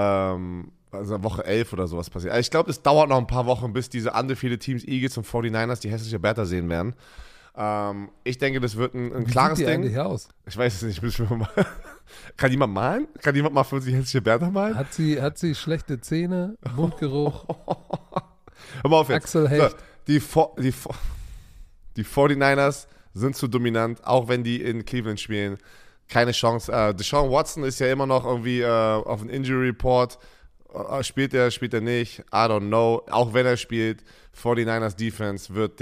also Woche 11 oder sowas passiert. Also ich glaube, es dauert noch ein paar Wochen, bis diese undefeated Teams, Eagles und 49ers, die hässliche Bertha sehen werden. Ich denke, das wird ein klares sieht die Ding. eigentlich aus? Ich weiß es nicht, müssen wir mal. Kann jemand malen? Kann jemand mal 50 hässliche Bertha malen? Hat sie schlechte Zähne, Mundgeruch? Hör mal auf jetzt. Axel Hecht. So, die 49ers sind zu dominant, auch wenn die in Cleveland spielen. Keine Chance. Deshaun Watson ist ja immer noch irgendwie auf dem Injury Report. Spielt er nicht? I don't know. Auch wenn er spielt, 49ers Defense wird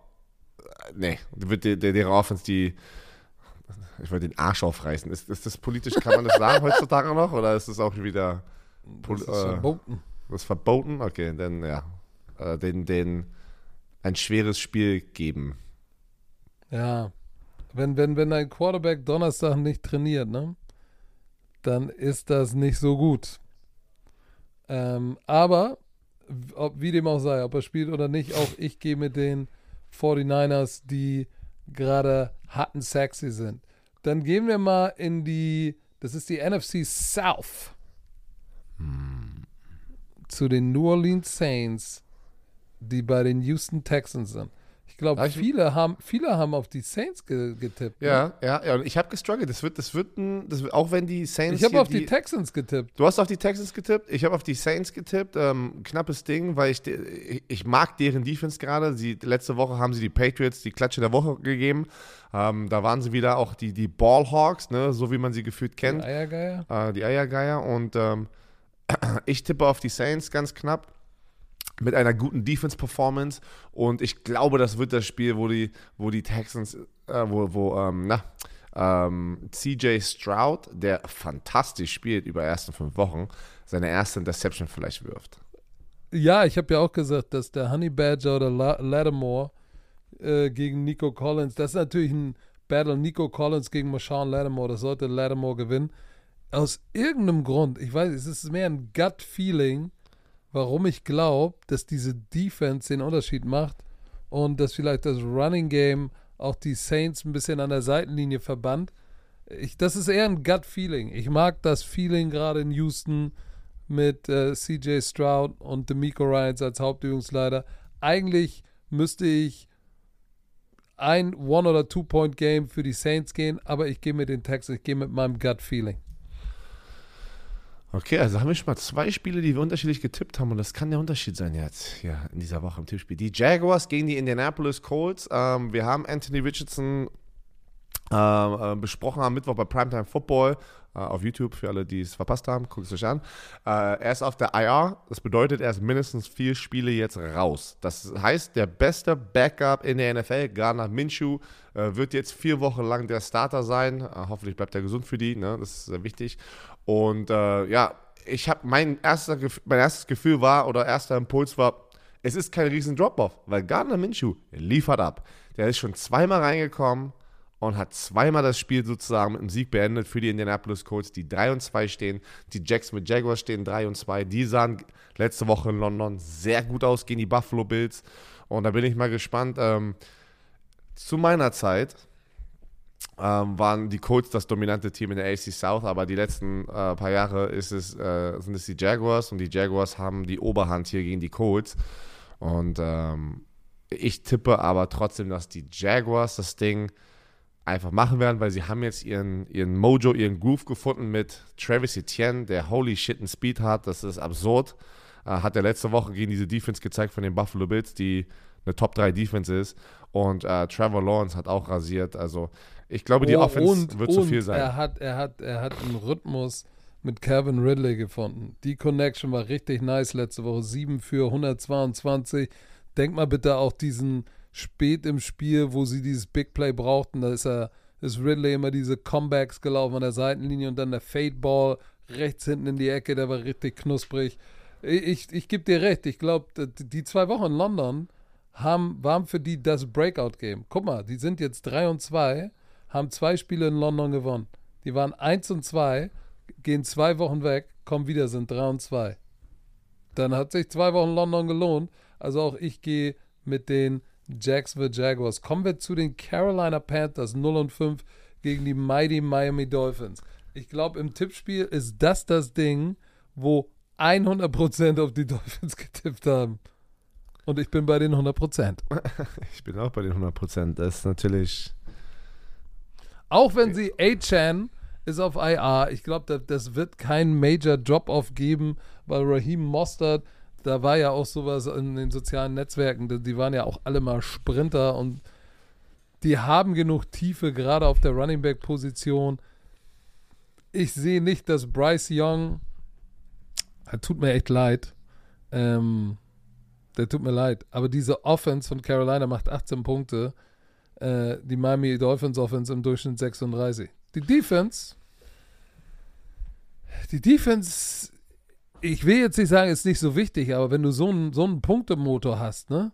deren Offense ich würde den Arsch aufreißen. Ist das politisch, kann man das sagen heutzutage noch? Oder ist das auch wieder Das ist verboten. Das ist verboten? Okay, dann ja. Den ein schweres Spiel geben. Ja. Wenn ein Quarterback Donnerstag nicht trainiert, ne, dann ist das nicht so gut. Aber wie dem auch sei, ob er spielt oder nicht, auch ich gehe mit den 49ers, die gerade hot and sexy sind. Dann gehen wir mal das ist die NFC South, zu den New Orleans Saints, die bei den Houston Texans sind. Ich glaube, viele haben auf die Saints getippt. Ja, ne? ja. Und ich habe gestruggelt. Das wird auch wenn die Saints. Ich habe auf die Texans getippt. Du hast auf die Texans getippt. Ich habe auf die Saints getippt. Knappes Ding, weil ich mag deren Defense gerade. Letzte Woche haben sie die Patriots die Klatsche der Woche gegeben. Da waren sie wieder auch die Ballhawks, ne, so wie man sie gefühlt kennt. Die Eiergeier. Die Eiergeier. Und ich tippe auf die Saints ganz knapp. Mit einer guten Defense-Performance, und ich glaube, das wird das Spiel, wo die Texans, CJ Stroud, der fantastisch spielt über die ersten 5 Wochen, seine erste Interception vielleicht wirft. Ja, ich habe ja auch gesagt, dass der Honey Badger oder Lattimore gegen Nico Collins, das ist natürlich ein Battle, Nico Collins gegen Marshawn Lattimore, das sollte Lattimore gewinnen. Aus irgendeinem Grund, ich weiß, es ist mehr ein Gut-Feeling, warum ich glaube, dass diese Defense den Unterschied macht und dass vielleicht das Running Game auch die Saints ein bisschen an der Seitenlinie verbannt. Das ist eher ein Gut-Feeling. Ich mag das Feeling gerade in Houston mit CJ Stroud und DeMeco Ryans als Hauptübungsleiter. Eigentlich müsste ich ein One- oder Two-Point-Game für die Saints gehen, aber ich gehe mit den Texans, ich gehe mit meinem Gut-Feeling. Okay, also haben wir schon mal 2 Spiele, die wir unterschiedlich getippt haben, und das kann der Unterschied sein jetzt hier in dieser Woche im Tippspiel. Die Jaguars gegen die Indianapolis Colts. Wir haben Anthony Richardson besprochen am Mittwoch bei Primetime Football auf YouTube, für alle, die es verpasst haben, guckt es euch an. Er ist auf der IR, das bedeutet, er ist mindestens 4 Spiele jetzt raus. Das heißt, der beste Backup in der NFL, Gardner Minshew, wird jetzt 4 Wochen lang der Starter sein. Hoffentlich bleibt er gesund für die, ne? Das ist sehr wichtig. Und ich habe mein erstes Gefühl war, oder erster Impuls war, es ist kein riesen Drop-Off, weil Gardner Minshew liefert ab. Der ist schon 2-mal reingekommen und hat 2-mal das Spiel sozusagen mit einem Sieg beendet für die Indianapolis Colts, die 3-2 stehen. Die Jaguars stehen 3-2. Die sahen letzte Woche in London sehr gut aus gegen die Buffalo Bills. Und da bin ich mal gespannt. Zu meiner Zeit waren die Colts das dominante Team in der AFC South, aber die letzten paar Jahre sind es die Jaguars, und die Jaguars haben die Oberhand hier gegen die Colts. Und ich tippe aber trotzdem, dass die Jaguars das Ding einfach machen werden, weil sie haben jetzt ihren Mojo, ihren Groove gefunden mit Travis Etienne, der holy shit einen Speed hat. Das ist absurd. Hat er letzte Woche gegen diese Defense gezeigt von den Buffalo Bills, die eine Top-3 Defense ist. Und Trevor Lawrence hat auch rasiert. Also ich glaube, die Offense wird zu viel sein. Er hat einen Rhythmus mit Calvin Ridley gefunden. Die Connection war richtig nice letzte Woche. 7 für 122. Denk mal bitte auch diesen spät im Spiel, wo sie dieses Big Play brauchten. Da ist Ridley immer diese Comebacks gelaufen an der Seitenlinie, und dann der Fade Ball rechts hinten in die Ecke, der war richtig knusprig. Ich gebe dir recht. Ich glaube, die 2 Wochen in London waren für die das Breakout-Game. Guck mal, die sind jetzt 3-2, haben 2 Spiele in London gewonnen. Die waren 1-2, gehen 2 Wochen weg, kommen wieder, sind 3-2. Dann hat sich 2 Wochen London gelohnt. Also auch ich gehe mit den Jacksonville Jaguars. Kommen wir zu den Carolina Panthers, 0-5 gegen die Mighty Miami Dolphins. Ich glaube, im Tippspiel ist das Ding, wo 100% auf die Dolphins getippt haben. Und ich bin bei den 100%. Ich bin auch bei den 100%. Das ist natürlich... Auch wenn sie A-Chan ist auf IR. Ich glaube, das wird kein Major Drop-Off geben, weil Raheem Mostert, da war ja auch sowas in den sozialen Netzwerken, die waren ja auch alle mal Sprinter, und die haben genug Tiefe, gerade auf der Running Back-Position. Ich sehe nicht, dass Bryce Young, tut mir echt leid, der tut mir leid, aber diese Offense von Carolina macht 18 Punkte, die Miami Dolphins Offense im Durchschnitt 36. Die Defense, ich will jetzt nicht sagen, ist nicht so wichtig, aber wenn du so einen Punktemotor hast, ne?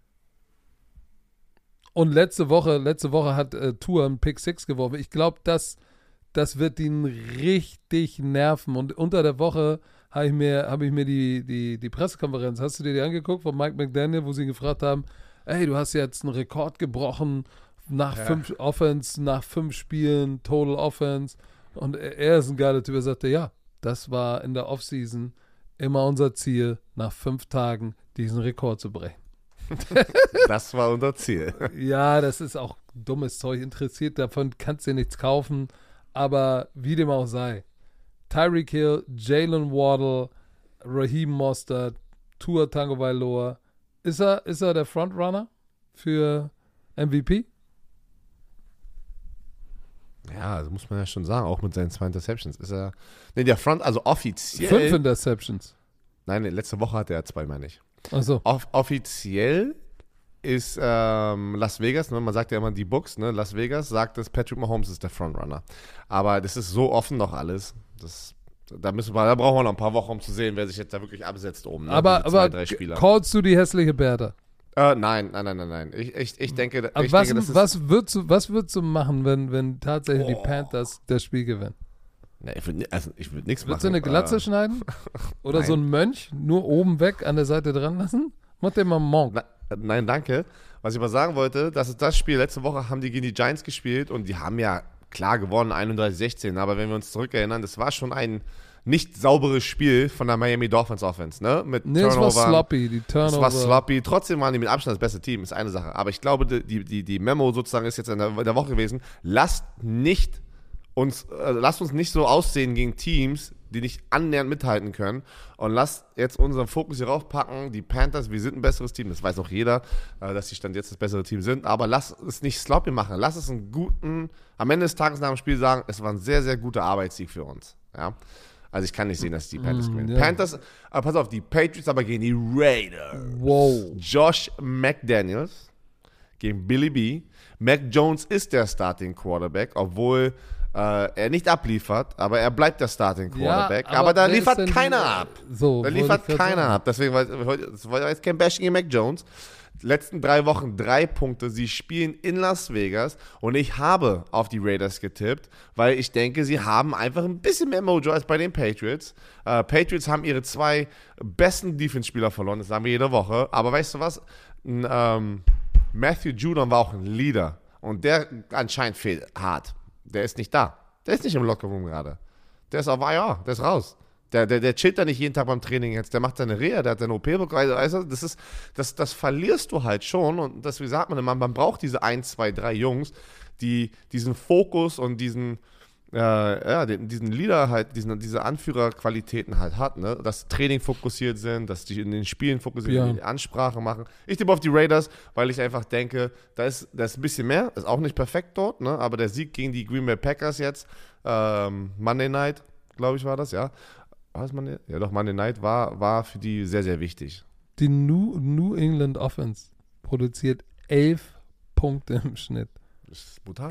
Und letzte Woche hat Tua einen Pick 6 geworfen. Ich glaube, das wird ihn richtig nerven. Und unter der Woche habe ich mir die Pressekonferenz, hast du dir die angeguckt von Mike McDaniel, wo sie ihn gefragt haben, ey, du hast jetzt einen Rekord gebrochen nach 5 Offense, nach 5 Spielen, Total Offense. Und er ist ein geiler Typ. Er sagte, ja, das war in der Offseason immer unser Ziel, nach 5 Tagen diesen Rekord zu brechen. Das war unser Ziel. Ja, das ist auch dummes Zeug. Interessiert, davon kannst du dir nichts kaufen. Aber wie dem auch sei, Tyreek Hill, Jalen Waddle, Raheem Mostert, Tua Tagovailoa. Ist er der Frontrunner für MVP? Ja, also muss man ja schon sagen, auch mit seinen 2 Interceptions ist er. Ne, der Front, also offiziell. 5 Interceptions. Nein, letzte Woche hatte er 2, meine ich. Achso. Offiziell ist Las Vegas, ne, man sagt ja immer die Books, ne, Las Vegas sagt, dass Patrick Mahomes ist der Frontrunner. Aber das ist so offen noch alles. Da brauchen wir noch ein paar Wochen, um zu sehen, wer sich jetzt da wirklich absetzt oben. Ne? Aber 2, 3 Spieler. callst du die hässliche Bertha? Nein. Ich denke, aber was würdest du machen, wenn tatsächlich die Panthers das Spiel gewinnen? Na, ich würde nichts machen. Würdest du eine Glatze schneiden? Oder so einen Mönch nur oben weg an der Seite dran lassen? Mach dir mal einen Monk. Nein, danke. Was ich aber sagen wollte, das ist das Spiel, letzte Woche haben die gegen die Giants gespielt und die haben ja klar gewonnen, 31-16, aber wenn wir uns zurückerinnern, das war schon ein nicht sauberes Spiel von der Miami Dolphins Offense, ne? Mit Turnover. Es war sloppy, die Turnover. Es war sloppy, trotzdem waren die mit Abstand das beste Team, ist eine Sache. Aber ich glaube, die Memo sozusagen ist jetzt in der Woche gewesen, lasst uns nicht so aussehen gegen Teams, die nicht annähernd mithalten können. Und lasst jetzt unseren Fokus hier raufpacken. Die Panthers, wir sind ein besseres Team. Das weiß auch jeder, dass die Stand jetzt das bessere Team sind. Aber lasst es nicht sloppy machen. Lasst es am Ende des Tages nach dem Spiel sagen, es war ein sehr, sehr guter Arbeitssieg für uns. Ja? Also ich kann nicht sehen, dass die Panthers gewinnen. Ja. Panthers, pass auf, die Patriots aber gegen die Raiders. Wow. Josh McDaniels gegen Billy B. Mac Jones ist der Starting Quarterback, obwohl er nicht abliefert, aber er bleibt der Starting Quarterback. Ja, aber da liefert keiner ab. So, da liefert keiner ab. Deswegen war jetzt kein Bashing in Mac Jones. Letzten 3 Wochen 3 Punkte. Sie spielen in Las Vegas und ich habe auf die Raiders getippt, weil ich denke, sie haben einfach ein bisschen mehr Mojo als bei den Patriots. Patriots haben ihre 2 besten Defense-Spieler verloren, das sagen wir jede Woche. Aber weißt du was? Matthew Judon war auch ein Leader und der anscheinend fehlt hart. Der ist nicht da. Der ist nicht im Lockerroom gerade. Der ist auf IR, der ist raus. Der chillt da nicht jeden Tag beim Training jetzt. Der macht seine Reha, der hat seine OP bekommen. Also das verlierst du halt schon. Und das, wie sagt man immer, man braucht diese 1, 2, 3 Jungs, die diesen Fokus und diesen Leader halt, diese Anführerqualitäten halt hat, ne? Dass Training fokussiert sind, dass die in den Spielen fokussiert sind, die Ansprache machen. Ich tippe auf die Raiders, weil ich einfach denke, da ist ein bisschen mehr, ist auch nicht perfekt dort, ne? Aber der Sieg gegen die Green Bay Packers jetzt, Monday Night, glaube ich, war das, ja. War das Monday? Ja, doch, Monday Night war für die sehr, sehr wichtig. Die New England Offense produziert 11 Punkte im Schnitt. Das ist brutal.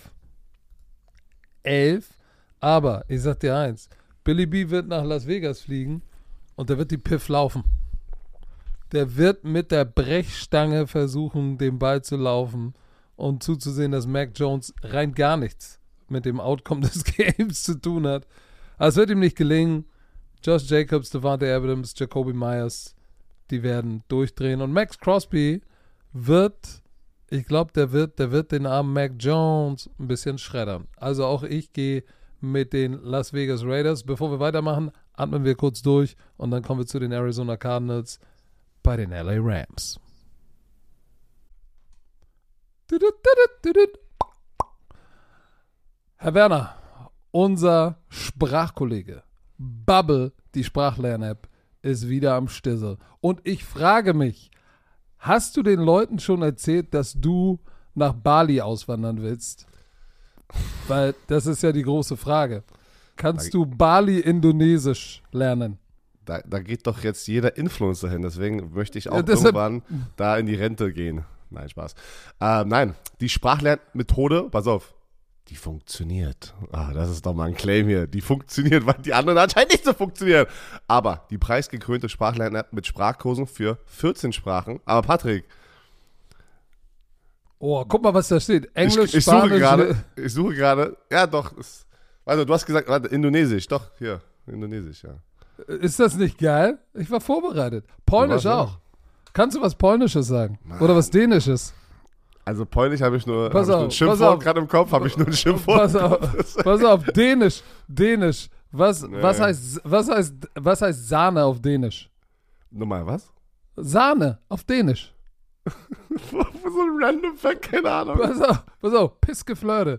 11, aber ich sag dir eins, Billy B wird nach Las Vegas fliegen und der wird die Piff laufen. Der wird mit der Brechstange versuchen, den Ball zu laufen und zuzusehen, dass Mac Jones rein gar nichts mit dem Outcome des Games zu tun hat. Aber es wird ihm nicht gelingen. Josh Jacobs, Devontae Adams, Jacoby Myers, die werden durchdrehen. Und Max Crosby ich glaube, der wird den armen Mac Jones ein bisschen schreddern. Also auch ich gehe mit den Las Vegas Raiders. Bevor wir weitermachen, atmen wir kurz durch und dann kommen wir zu den Arizona Cardinals bei den LA Rams. Herr Werner, unser Sprachkollege Bubble, die Sprachlern-App, ist wieder am Stissel. Und ich frage mich, hast du den Leuten schon erzählt, dass du nach Bali auswandern willst? Weil das ist ja die große Frage. Kannst du Bali-Indonesisch lernen? Da geht doch jetzt jeder Influencer hin, deswegen möchte ich auch irgendwann da in die Rente gehen. Nein, Spaß. Nein, die Sprachlernmethode, pass auf, die funktioniert. Das ist doch mal ein Claim hier. Die funktioniert, weil die anderen anscheinend nicht so funktionieren. Aber die preisgekrönte Sprachlern-App mit Sprachkursen für 14 Sprachen. Aber Patrick. Oh, guck mal, was da steht. Englisch, ich Spanisch. Ich suche gerade. Ja, doch. Also, du hast gesagt, Indonesisch. Doch, hier. Indonesisch, ja. Ist das nicht geil? Ich war vorbereitet. Polnisch warst, auch. Kannst du was Polnisches sagen? Oder was Dänisches? Also Polnisch habe ich nur Pass auf, ein Schimpfwort gerade im Kopf, habe ich nur ein Schimpfwort. Pass auf, Dänisch. Was heißt Sahne auf Dänisch? Nochmal, was? Sahne auf Dänisch. So ein random Fact, keine Ahnung. Pass auf, Pissgeflirte.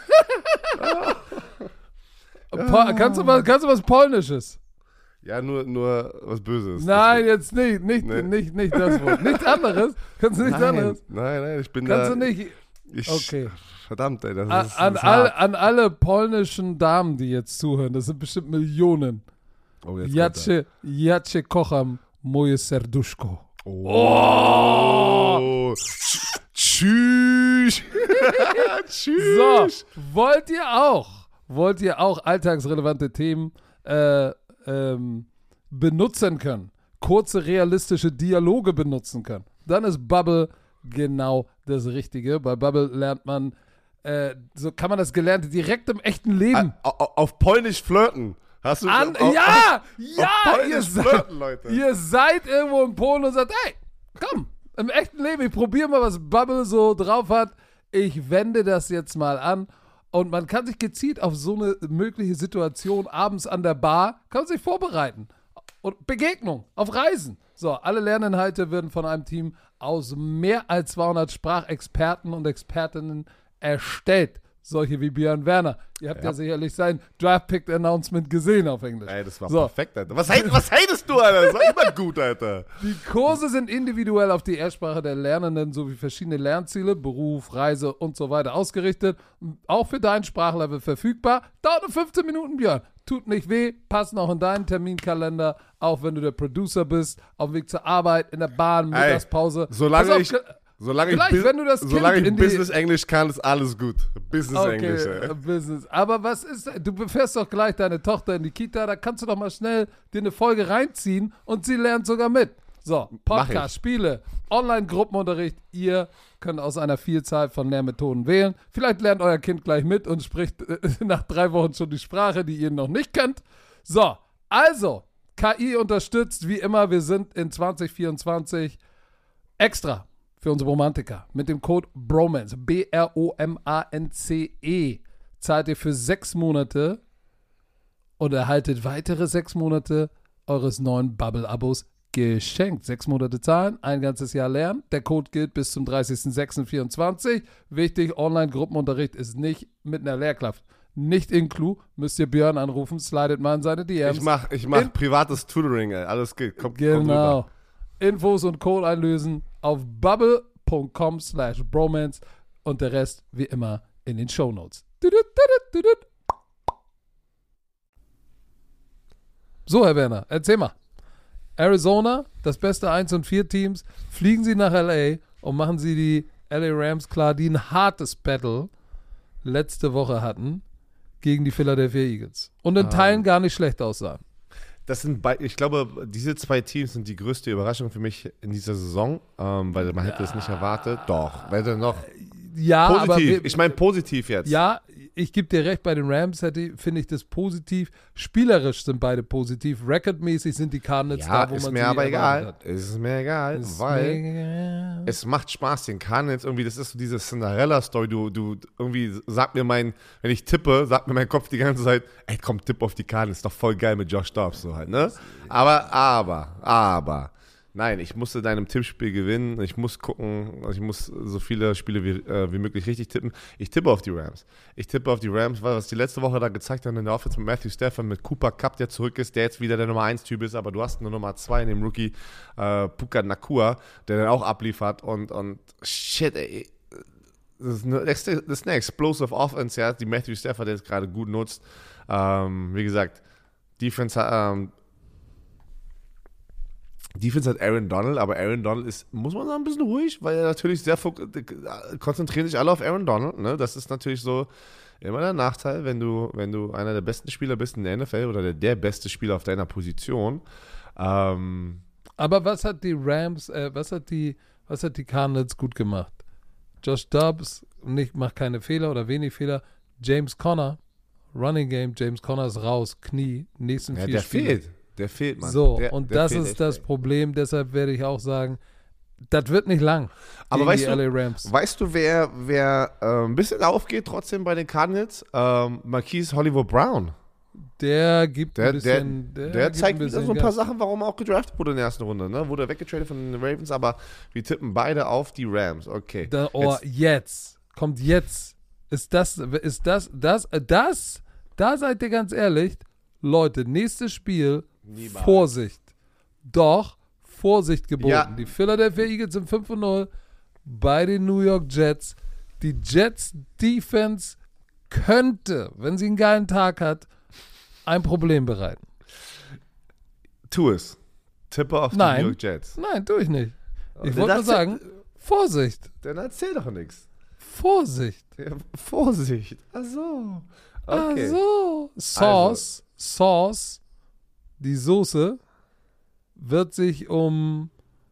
Kannst du was Polnisches? Ja, nur was Böses. Nein, jetzt nicht das Wort. Nichts anderes? Kannst du nichts anderes? Nein, ich bin Kannst da. du nicht? Okay. Verdammt, ey, das ist an alle polnischen Damen, die jetzt zuhören, das sind bestimmt Millionen. Oh, jetzt Jacie kocham moje serduszko. Oh. Tschüss. Tschüss. So, wollt ihr auch alltagsrelevante Themen benutzen können, kurze realistische Dialoge benutzen können, dann ist Bubble genau das Richtige. Bei Bubble lernt man, so kann man das Gelernte direkt im echten Leben. Auf Polnisch flirten. Hast du ihr seid irgendwo in Polen und sagt, hey, komm, im echten Leben, ich probiere mal, was Bubble so drauf hat. Ich wende das jetzt mal an. Und man kann sich gezielt auf so eine mögliche Situation abends an der Bar, kann man sich vorbereiten. Und Begegnung auf Reisen. So, alle Lerninhalte werden von einem Team aus mehr als 200 Sprachexperten und Expertinnen erstellt. Solche wie Björn Werner. Ihr habt ja sicherlich sein Draft-Pick-Announcement gesehen auf Englisch. Ey, das war perfekt, Alter. Was hatest du, Alter? Das war immer gut, Alter. Die Kurse sind individuell auf die Erstsprache der Lernenden sowie verschiedene Lernziele, Beruf, Reise und so weiter ausgerichtet. Auch für dein Sprachlevel verfügbar. Dauert nur 15 Minuten, Björn. Tut nicht weh, passt auch in deinen Terminkalender, auch wenn du der Producer bist, auf dem Weg zur Arbeit, in der Bahn, Mittagspause. Solange ich Business-Englisch kann, ist alles gut. Business-Englisch, ey. Business. Aber was ist, du fährst doch gleich deine Tochter in die Kita, da kannst du doch mal schnell dir eine Folge reinziehen und sie lernt sogar mit. So, Podcast, Spiele, Online-Gruppenunterricht, ihr könnt aus einer Vielzahl von Lehrmethoden wählen. Vielleicht lernt euer Kind gleich mit und spricht nach 3 Wochen schon die Sprache, die ihr noch nicht kennt. So, also, KI unterstützt, wie immer, wir sind in 2024 extra für unsere Romantiker. Mit dem Code BROMANCE, BROMANCE, zahlt ihr für 6 Monate und erhaltet weitere 6 Monate eures neuen Bubble-Abos geschenkt. 6 Monate zahlen, ein ganzes Jahr lernen. Der Code gilt bis zum 30.06.24. Wichtig, Online-Gruppenunterricht ist nicht mit einer Lehrkraft. Nicht inclu, müsst ihr Björn anrufen, slidet mal in seine DMs. Ich mach privates Tutoring, ey. Alles geht. Komm rüber. Infos und Code einlösen auf bubble.com/bromance und der Rest wie immer in den Shownotes. So, Herr Werner, erzähl mal. Arizona, das beste 1 und 4 Teams, fliegen sie nach LA und machen sie die LA Rams klar, die ein hartes Battle letzte Woche gegen die Philadelphia Eagles und in Teilen gar nicht schlecht aussahen. Ich glaube, diese 2 Teams sind die größte Überraschung für mich in dieser Saison, weil man hätte es nicht erwartet. Doch, weil dann noch positiv. Aber ich meine positiv jetzt. Ja, ich gebe dir recht, bei den Rams finde ich das positiv. Spielerisch sind beide positiv. Recordmäßig sind die Cardinals da, wo man sie erwartet hat. Ist mir egal, weil es macht Spaß, den Cardinals irgendwie, das ist so diese Cinderella-Story, du irgendwie, wenn ich tippe, sagt mir mein Kopf die ganze Zeit, ey komm, tipp auf die Cardinals, ist doch voll geil mit Josh Dobbs, so halt, ne? Aber, nein, ich musste deinem Tippspiel gewinnen. Ich muss gucken, ich muss so viele Spiele wie möglich richtig tippen. Ich tippe auf die Rams. Weil was die letzte Woche da gezeigt haben in der Offense mit Matthew Stafford, mit Cooper Kupp, der zurück ist, der jetzt wieder der Nummer 1-Typ ist, aber du hast eine Nummer 2 in dem Rookie Puka Nacua, der dann auch abliefert und shit, ey. Das ist eine explosive Offense, ja, die Matthew Stafford jetzt gerade gut nutzt. Wie gesagt, Defense hat Aaron Donald, aber Aaron Donald ist, muss man sagen, ein bisschen ruhig, weil er natürlich konzentrieren sich alle auf Aaron Donald, ne? Das ist natürlich so immer der Nachteil, wenn du einer der besten Spieler bist in der NFL oder der beste Spieler auf deiner Position. Aber was hat die Rams, was hat die Cardinals gut gemacht? Josh Dobbs macht keine Fehler oder wenig Fehler. James Conner, Running Game, James Conner ist raus, Knie, nächsten 4 Spiele. Der fehlt, Mann. So, der das fehlt ist echt, das ey. Problem. Deshalb werde ich auch sagen, das wird nicht lang Aber gegen die LA Rams. weißt du, wer ein bisschen aufgeht trotzdem bei den Cardinals? Marquise Hollywood Brown. Der gibt Der ein bisschen. der zeigt gibt wieder so ein paar Sachen, warum er auch gedraftet wurde in der ersten Runde. Ne? Wurde weggetradet von den Ravens, aber wir tippen beide auf die Rams. Okay. Jetzt. Kommt jetzt. Da seid ihr ganz ehrlich, Leute, nächstes Spiel, Niemals. Vorsicht. Doch, Vorsicht geboten. Ja. Die Philadelphia Eagles sind 5-0 bei den New York Jets. Die Jets Defense könnte, wenn sie einen geilen Tag hat, ein Problem bereiten. Tu es. Tippe auf die Nein. New York Jets. Nein, tue ich nicht. Ich Dann wollte nur erzähl- sagen, Vorsicht. Dann erzähl doch nichts. Vorsicht. Ja, Vorsicht. Ach so. Okay. Also, Sauce, die Soße, wird sich um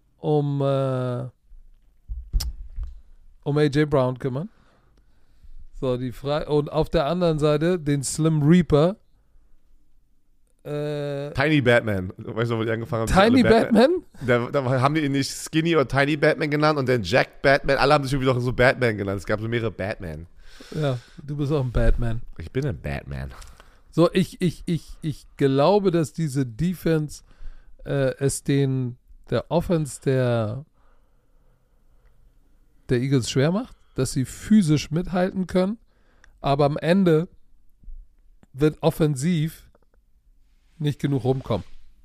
AJ Brown kümmern. So, und auf der anderen Seite den Slim Reaper. Tiny Batman. Weißt du, wo die angefangen haben? Tiny Alle Batman? Da haben die ihn nicht Skinny oder Tiny Batman genannt und dann Jack Batman. Alle haben sich irgendwie doch so Batman genannt. Es gab so mehrere Batman. Ja, du bist auch ein Batman. Ich bin ein Batman. So, ich glaube, dass diese Defense es der Offense der Eagles schwer macht, dass sie physisch mithalten können, aber am Ende wird offensiv nicht genug rumkommen.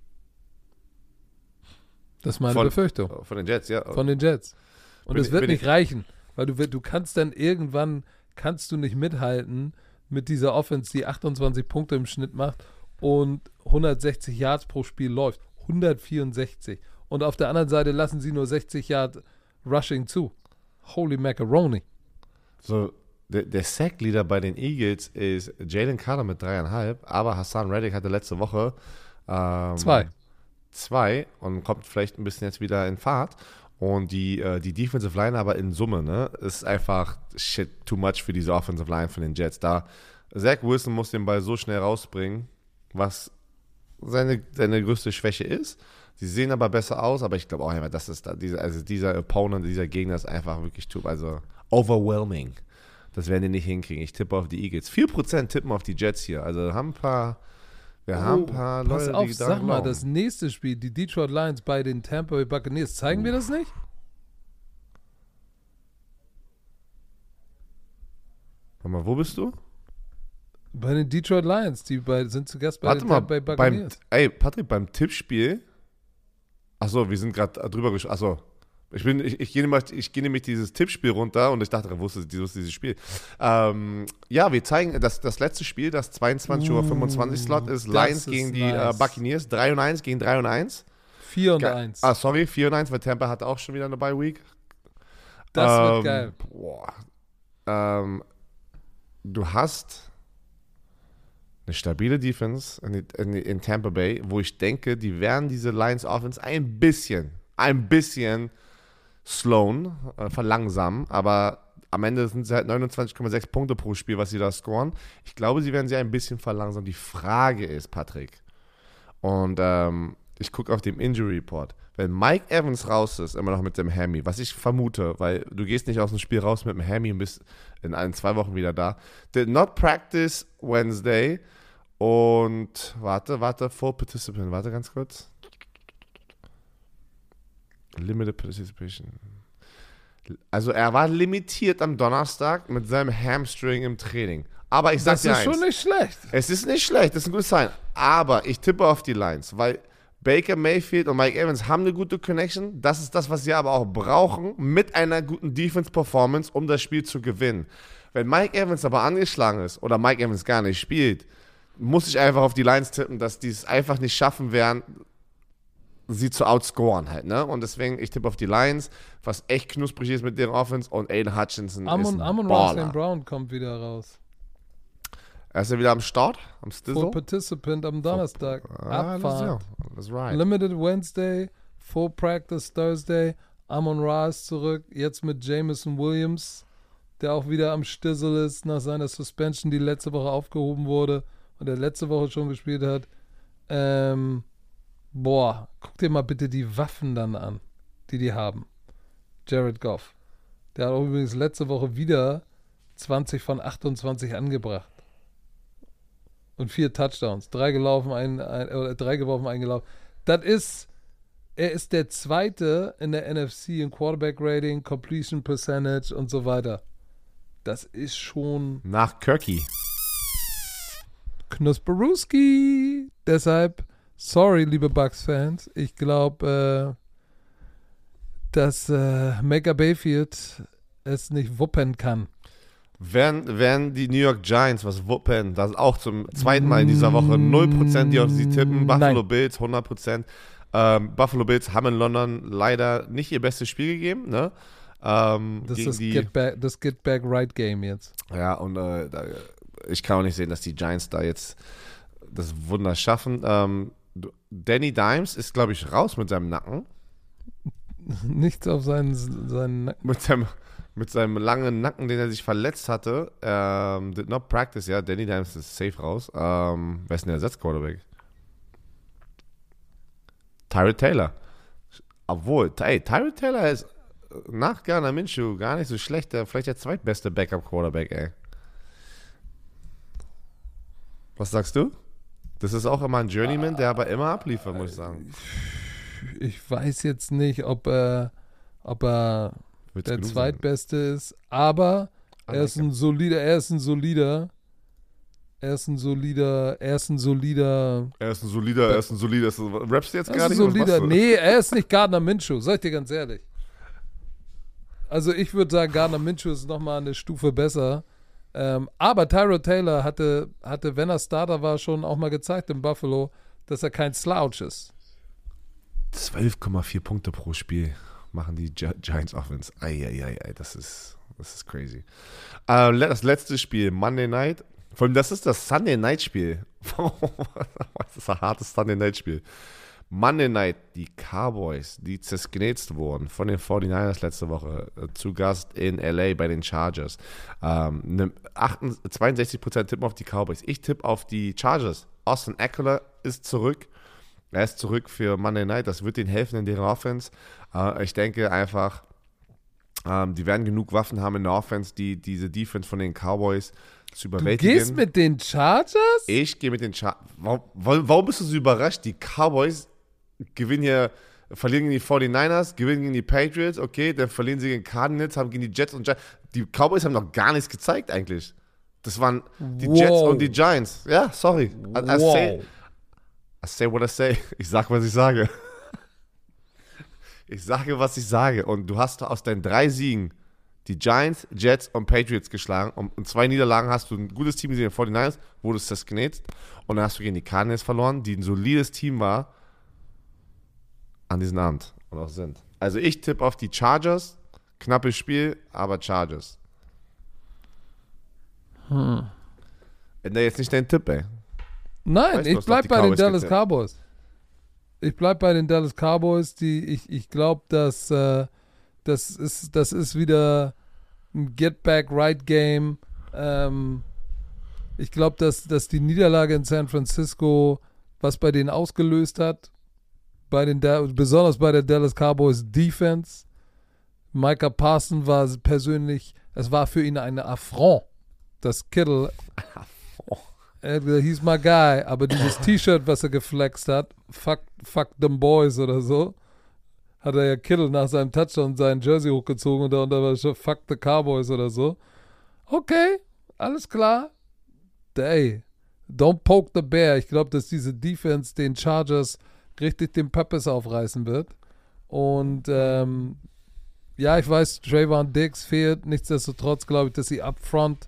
Das ist meine Befürchtung. Von den Jets, ja. Von den Jets. Und es wird bin nicht reichen, weil du kannst dann irgendwann, kannst du nicht mithalten mit dieser Offense, die 28 Punkte im Schnitt macht und 160 Yards pro Spiel läuft. 164. Und auf der anderen Seite lassen sie nur 60 Yard Rushing zu. Holy Macaroni. So, der Sack-Leader bei den Eagles ist Jalen Carter mit 3,5, aber Hassan Reddick hatte letzte Woche 2 und kommt vielleicht ein bisschen jetzt wieder in Fahrt. Und die Defensive Line aber in Summe, ne, ist einfach too much für diese Offensive Line von den Jets. Zach Wilson muss den Ball so schnell rausbringen, was seine größte Schwäche ist. Sie sehen aber besser aus, aber ich glaube auch immer, dass es da dieser Opponent, dieser Gegner ist einfach wirklich overwhelming. Das werden die nicht hinkriegen. Ich tippe auf die Eagles. 4% tippen auf die Jets hier. Also wir haben ein paar Leute, pass auf, die sag mal, glauben. das nächste Spiel, die Detroit Lions bei den Tampa Bay Buccaneers, zeigen wir das nicht? Warte mal, wo bist du? Bei den Detroit Lions, sind zu Gast bei den Tampa Bay Buccaneers. Patrick, beim Tippspiel. Achso, wir sind gerade drüber geschaut. Achso. Ich gehe nämlich dieses Tippspiel runter und ich dachte, wo ist dieses Spiel? Ja, wir zeigen das letzte Spiel, das 22:25 Uhr Slot ist Lions gegen die Buccaneers. 3-1 gegen 3-1. 4-1. Sorry, 4-1, weil Tampa hat auch schon wieder eine Bye-Week. Das wird geil. Du hast eine stabile Defense in Tampa Bay, wo ich denke, die werden diese Lions Offense ein bisschen slowen, verlangsamen, aber am Ende sind sie halt 29,6 Punkte pro Spiel, was sie da scoren. Ich glaube, sie werden sie ein bisschen verlangsamen. Die Frage ist, Patrick, und ich gucke auf dem Injury Report, wenn Mike Evans raus ist, immer noch mit dem Hammy, was ich vermute, weil du gehst nicht aus dem Spiel raus mit dem Hammy und bist in 2 Wochen wieder da. Did not practice Wednesday und warte, full participant, warte ganz kurz. Limited Participation. Also er war limitiert am Donnerstag mit seinem Hamstring im Training. Aber ich sag dir eins. Das ist schon nicht schlecht. Es ist nicht schlecht, das ist ein gutes Sign. Aber ich tippe auf die Lions, weil Baker Mayfield und Mike Evans haben eine gute Connection. Das ist das, was sie aber auch brauchen, mit einer guten Defense-Performance, um das Spiel zu gewinnen. Wenn Mike Evans aber angeschlagen ist oder Mike Evans gar nicht spielt, muss ich einfach auf die Lions tippen, dass die es einfach nicht schaffen werden, sie zu outscoren halt, ne? Und deswegen, ich tippe auf die Lions, was echt knusprig ist mit deren Offense und Aiden Hutchinson ist ein Amon-Ra Baller. Brown kommt wieder raus. Er ist ja wieder am Start, am Stizzle. Full Participant am Donnerstag. Abfahrt. Das ist right. Limited Wednesday, Full Practice Thursday. Amon-Ra ist zurück. Jetzt mit Jameson Williams, der auch wieder am Stizzle ist nach seiner Suspension, die letzte Woche aufgehoben wurde und der letzte Woche schon gespielt hat. Boah, guck dir mal bitte die Waffen dann an, die haben. Jared Goff. Der hat auch übrigens letzte Woche wieder 20 von 28 angebracht. Und 4 Touchdowns. 3 gelaufen, 3 geworfen, 1 gelaufen. Er ist der Zweite in der NFC in Quarterback Rating, Completion Percentage und so weiter. Das ist schon... Nach Kirky. Knusperuski. Deshalb, sorry, liebe Bucks-Fans. Ich glaube, dass Baker Mayfield es nicht wuppen kann. Werden die New York Giants was wuppen, das auch zum zweiten Mal in dieser Woche 0%, die auf sie tippen. Buffalo Bills 100%. Buffalo Bills haben in London leider nicht ihr bestes Spiel gegeben, ne? Das ist das Get Back Right Game jetzt. Ja, und ich kann auch nicht sehen, dass die Giants da jetzt das Wunder schaffen. Danny Dimes ist, glaube ich, raus mit seinem Nacken. Nichts auf seinen Nacken. Mit seinem langen Nacken, den er sich verletzt hatte. Did not practice, ja. Danny Dimes ist safe raus. Wer ist denn der Ersatzquarterback? Tyrod Taylor. Obwohl, Tyrod Taylor ist nach Gardner Minshew gar nicht so schlecht. Vielleicht der zweitbeste Backup-Quarterback, ey. Was sagst du? Das ist auch immer ein Journeyman, der aber immer abliefert, muss ich sagen. Ich weiß jetzt nicht, ob er der zweitbeste ist, aber er ist ein solider. Rappst du jetzt gerade? Nee, er ist nicht Gardner Minshew, sag ich dir ganz ehrlich. Also ich würde sagen, Gardner Minshew ist nochmal eine Stufe besser. Aber Tyrod Taylor hatte, wenn er Starter war, schon auch mal gezeigt in Buffalo, dass er kein Slouch ist. 12,4 Punkte pro Spiel machen die Giants Offense. Eieiei, das ist crazy. Das letzte Spiel, Monday Night. Vor allem, das ist das Sunday Night Spiel. Das ist ein hartes Sunday Night Spiel. Monday Night, die Cowboys, die zersknetzt wurden von den 49ers letzte Woche, zu Gast in LA bei den Chargers. 62% tippen auf die Cowboys. Ich tippe auf die Chargers. Austin Eckler ist zurück. Er ist zurück für Monday Night. Das wird ihnen helfen in deren Offense. Ich denke einfach, die werden genug Waffen haben in der Offense, diese Defense von den Cowboys zu überwältigen. Du gehst mit den Chargers? Ich gehe mit den Chargers. Warum bist du so überrascht? Die Cowboys verlieren gegen die 49ers, gewinnen gegen die Patriots, okay, dann verlieren sie gegen Cardinals, haben gegen die Jets und Giants. Die Cowboys haben noch gar nichts gezeigt eigentlich. Das waren die Jets und die Giants. Ja, sorry. I say what I say. Ich sag, was ich sage. Ich sage, was ich sage. Und du hast aus deinen 3 Siegen die Giants, Jets und Patriots geschlagen. Und in 2 Niederlagen hast du ein gutes Team gesehen, die 49ers, wurdest das genäht. Und dann hast du gegen die Cardinals verloren, die ein solides Team war an diesem Abend und auch sind. Also ich tippe auf die Chargers. Knappes Spiel, aber Chargers. Ändere jetzt nicht deinen Tipp, ey. Nein, ich bleib bei den Dallas Cowboys. Ich bleib bei den Dallas Cowboys, ich glaube, dass das ist wieder ein Get-Back-Right-Game. Ich glaube, dass die Niederlage in San Francisco was bei denen ausgelöst hat, besonders bei der Dallas Cowboys Defense. Micah Parsons war persönlich, es war für ihn eine Affront, dass Kittle, he's my guy, aber dieses T-Shirt, was er geflext hat, fuck them boys oder so, hat er ja Kittle nach seinem Touchdown sein Jersey hochgezogen und da war schon fuck the Cowboys oder so. Okay, alles klar. Ey, don't poke the bear. Ich glaube, dass diese Defense den Chargers richtig den Pöppes aufreißen wird. Und ja, ich weiß, Trayvon Diggs fehlt. Nichtsdestotrotz glaube ich, dass sie upfront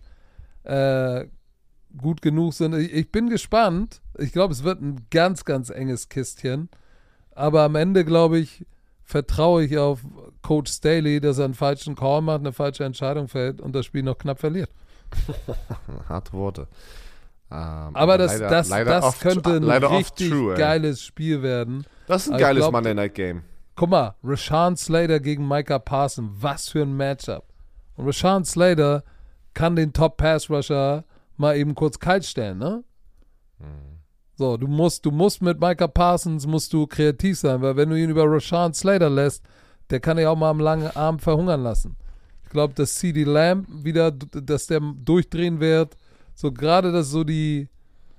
gut genug sind. Ich bin gespannt. Ich glaube, es wird ein ganz, ganz enges Kistchen. Aber am Ende, glaube ich, vertraue ich auf Coach Staley, dass er einen falschen Call macht, eine falsche Entscheidung fällt und das Spiel noch knapp verliert. Harte Worte. Aber das könnte ein richtig geiles Spiel werden. Das ist ein geiles Monday Night Game. Guck mal, Rashawn Slater gegen Micah Parsons, was für ein Matchup. Und Rashawn Slater kann den Top-Pass-Rusher mal eben kurz kalt stellen, ne? So, du musst mit Micah Parsons musst du kreativ sein, weil wenn du ihn über Rashawn Slater lässt, der kann dich auch mal am langen Arm verhungern lassen. Ich glaube, dass CeeDee Lamb wieder, dass der durchdrehen wird. So gerade, und die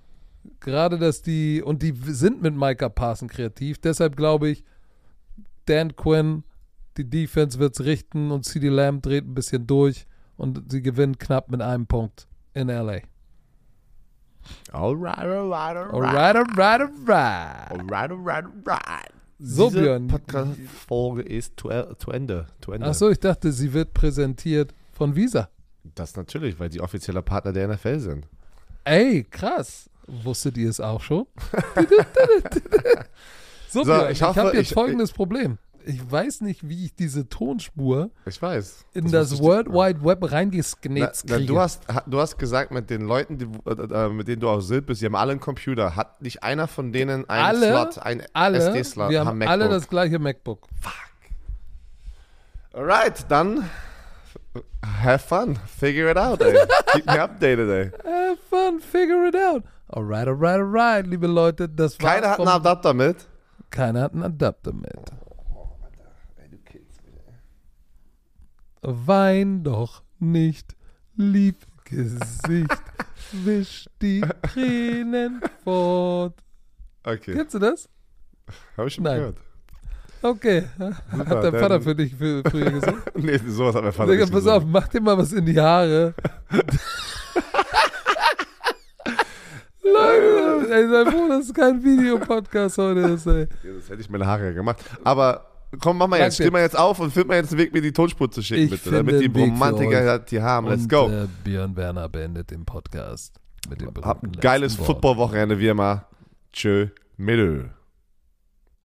sind mit Micah Parsons kreativ. Deshalb glaube ich, Dan Quinn, die Defense wird es richten und CeeDee Lamb dreht ein bisschen durch und sie gewinnen knapp mit einem Punkt in L.A. Alright. So, Diese Björn. Podcast-Folge ist zu Ende. Achso, ich dachte, sie wird präsentiert von Visa. Das natürlich, weil sie offizieller Partner der NFL sind. Ey, krass. Wusstet ihr es auch schon? So, Björn, ich habe jetzt folgendes Problem. Ich weiß nicht, wie ich diese Tonspur in das World Wide Web reingesknetzt kriege. Du hast gesagt, mit den Leuten, mit denen du auf Sylt bist, die haben alle einen Computer. Hat nicht einer von denen einen Slot, einen SD-Slot? Wir haben alle das gleiche MacBook. Fuck. Alright, dann have fun. Figure it out, ey. Keep me updated, ey. Have fun, figure it out. Alright, liebe Leute. Das war Keiner hat einen Adapter mit? Keiner hat einen Adapter mit. Wein doch nicht, lieb Gesicht, wisch die Tränen fort. Okay. Kennst du das? Hab ich schon Nein. gehört. Okay. Super, hat dein Vater für dich früher gesungen? Nee, sowas hat mein Vater Digga, nicht pass gesungen. auf, mach dir mal was in die Haare. Leute, ey, sei froh, dass es kein Videopodcast heute ist, ey. Ja, das hätte ich meine Haare ja gemacht. Aber komm, mach mal jetzt. Steh mal jetzt auf und find mal jetzt einen Weg, mir die Tonspur zu schicken, bitte. Damit die Romantiker die haben. Let's go. Björn Werner beendet den Podcast mit dem Hab ein geiles Football-Wochenende, wie immer. Tschö, Mittel.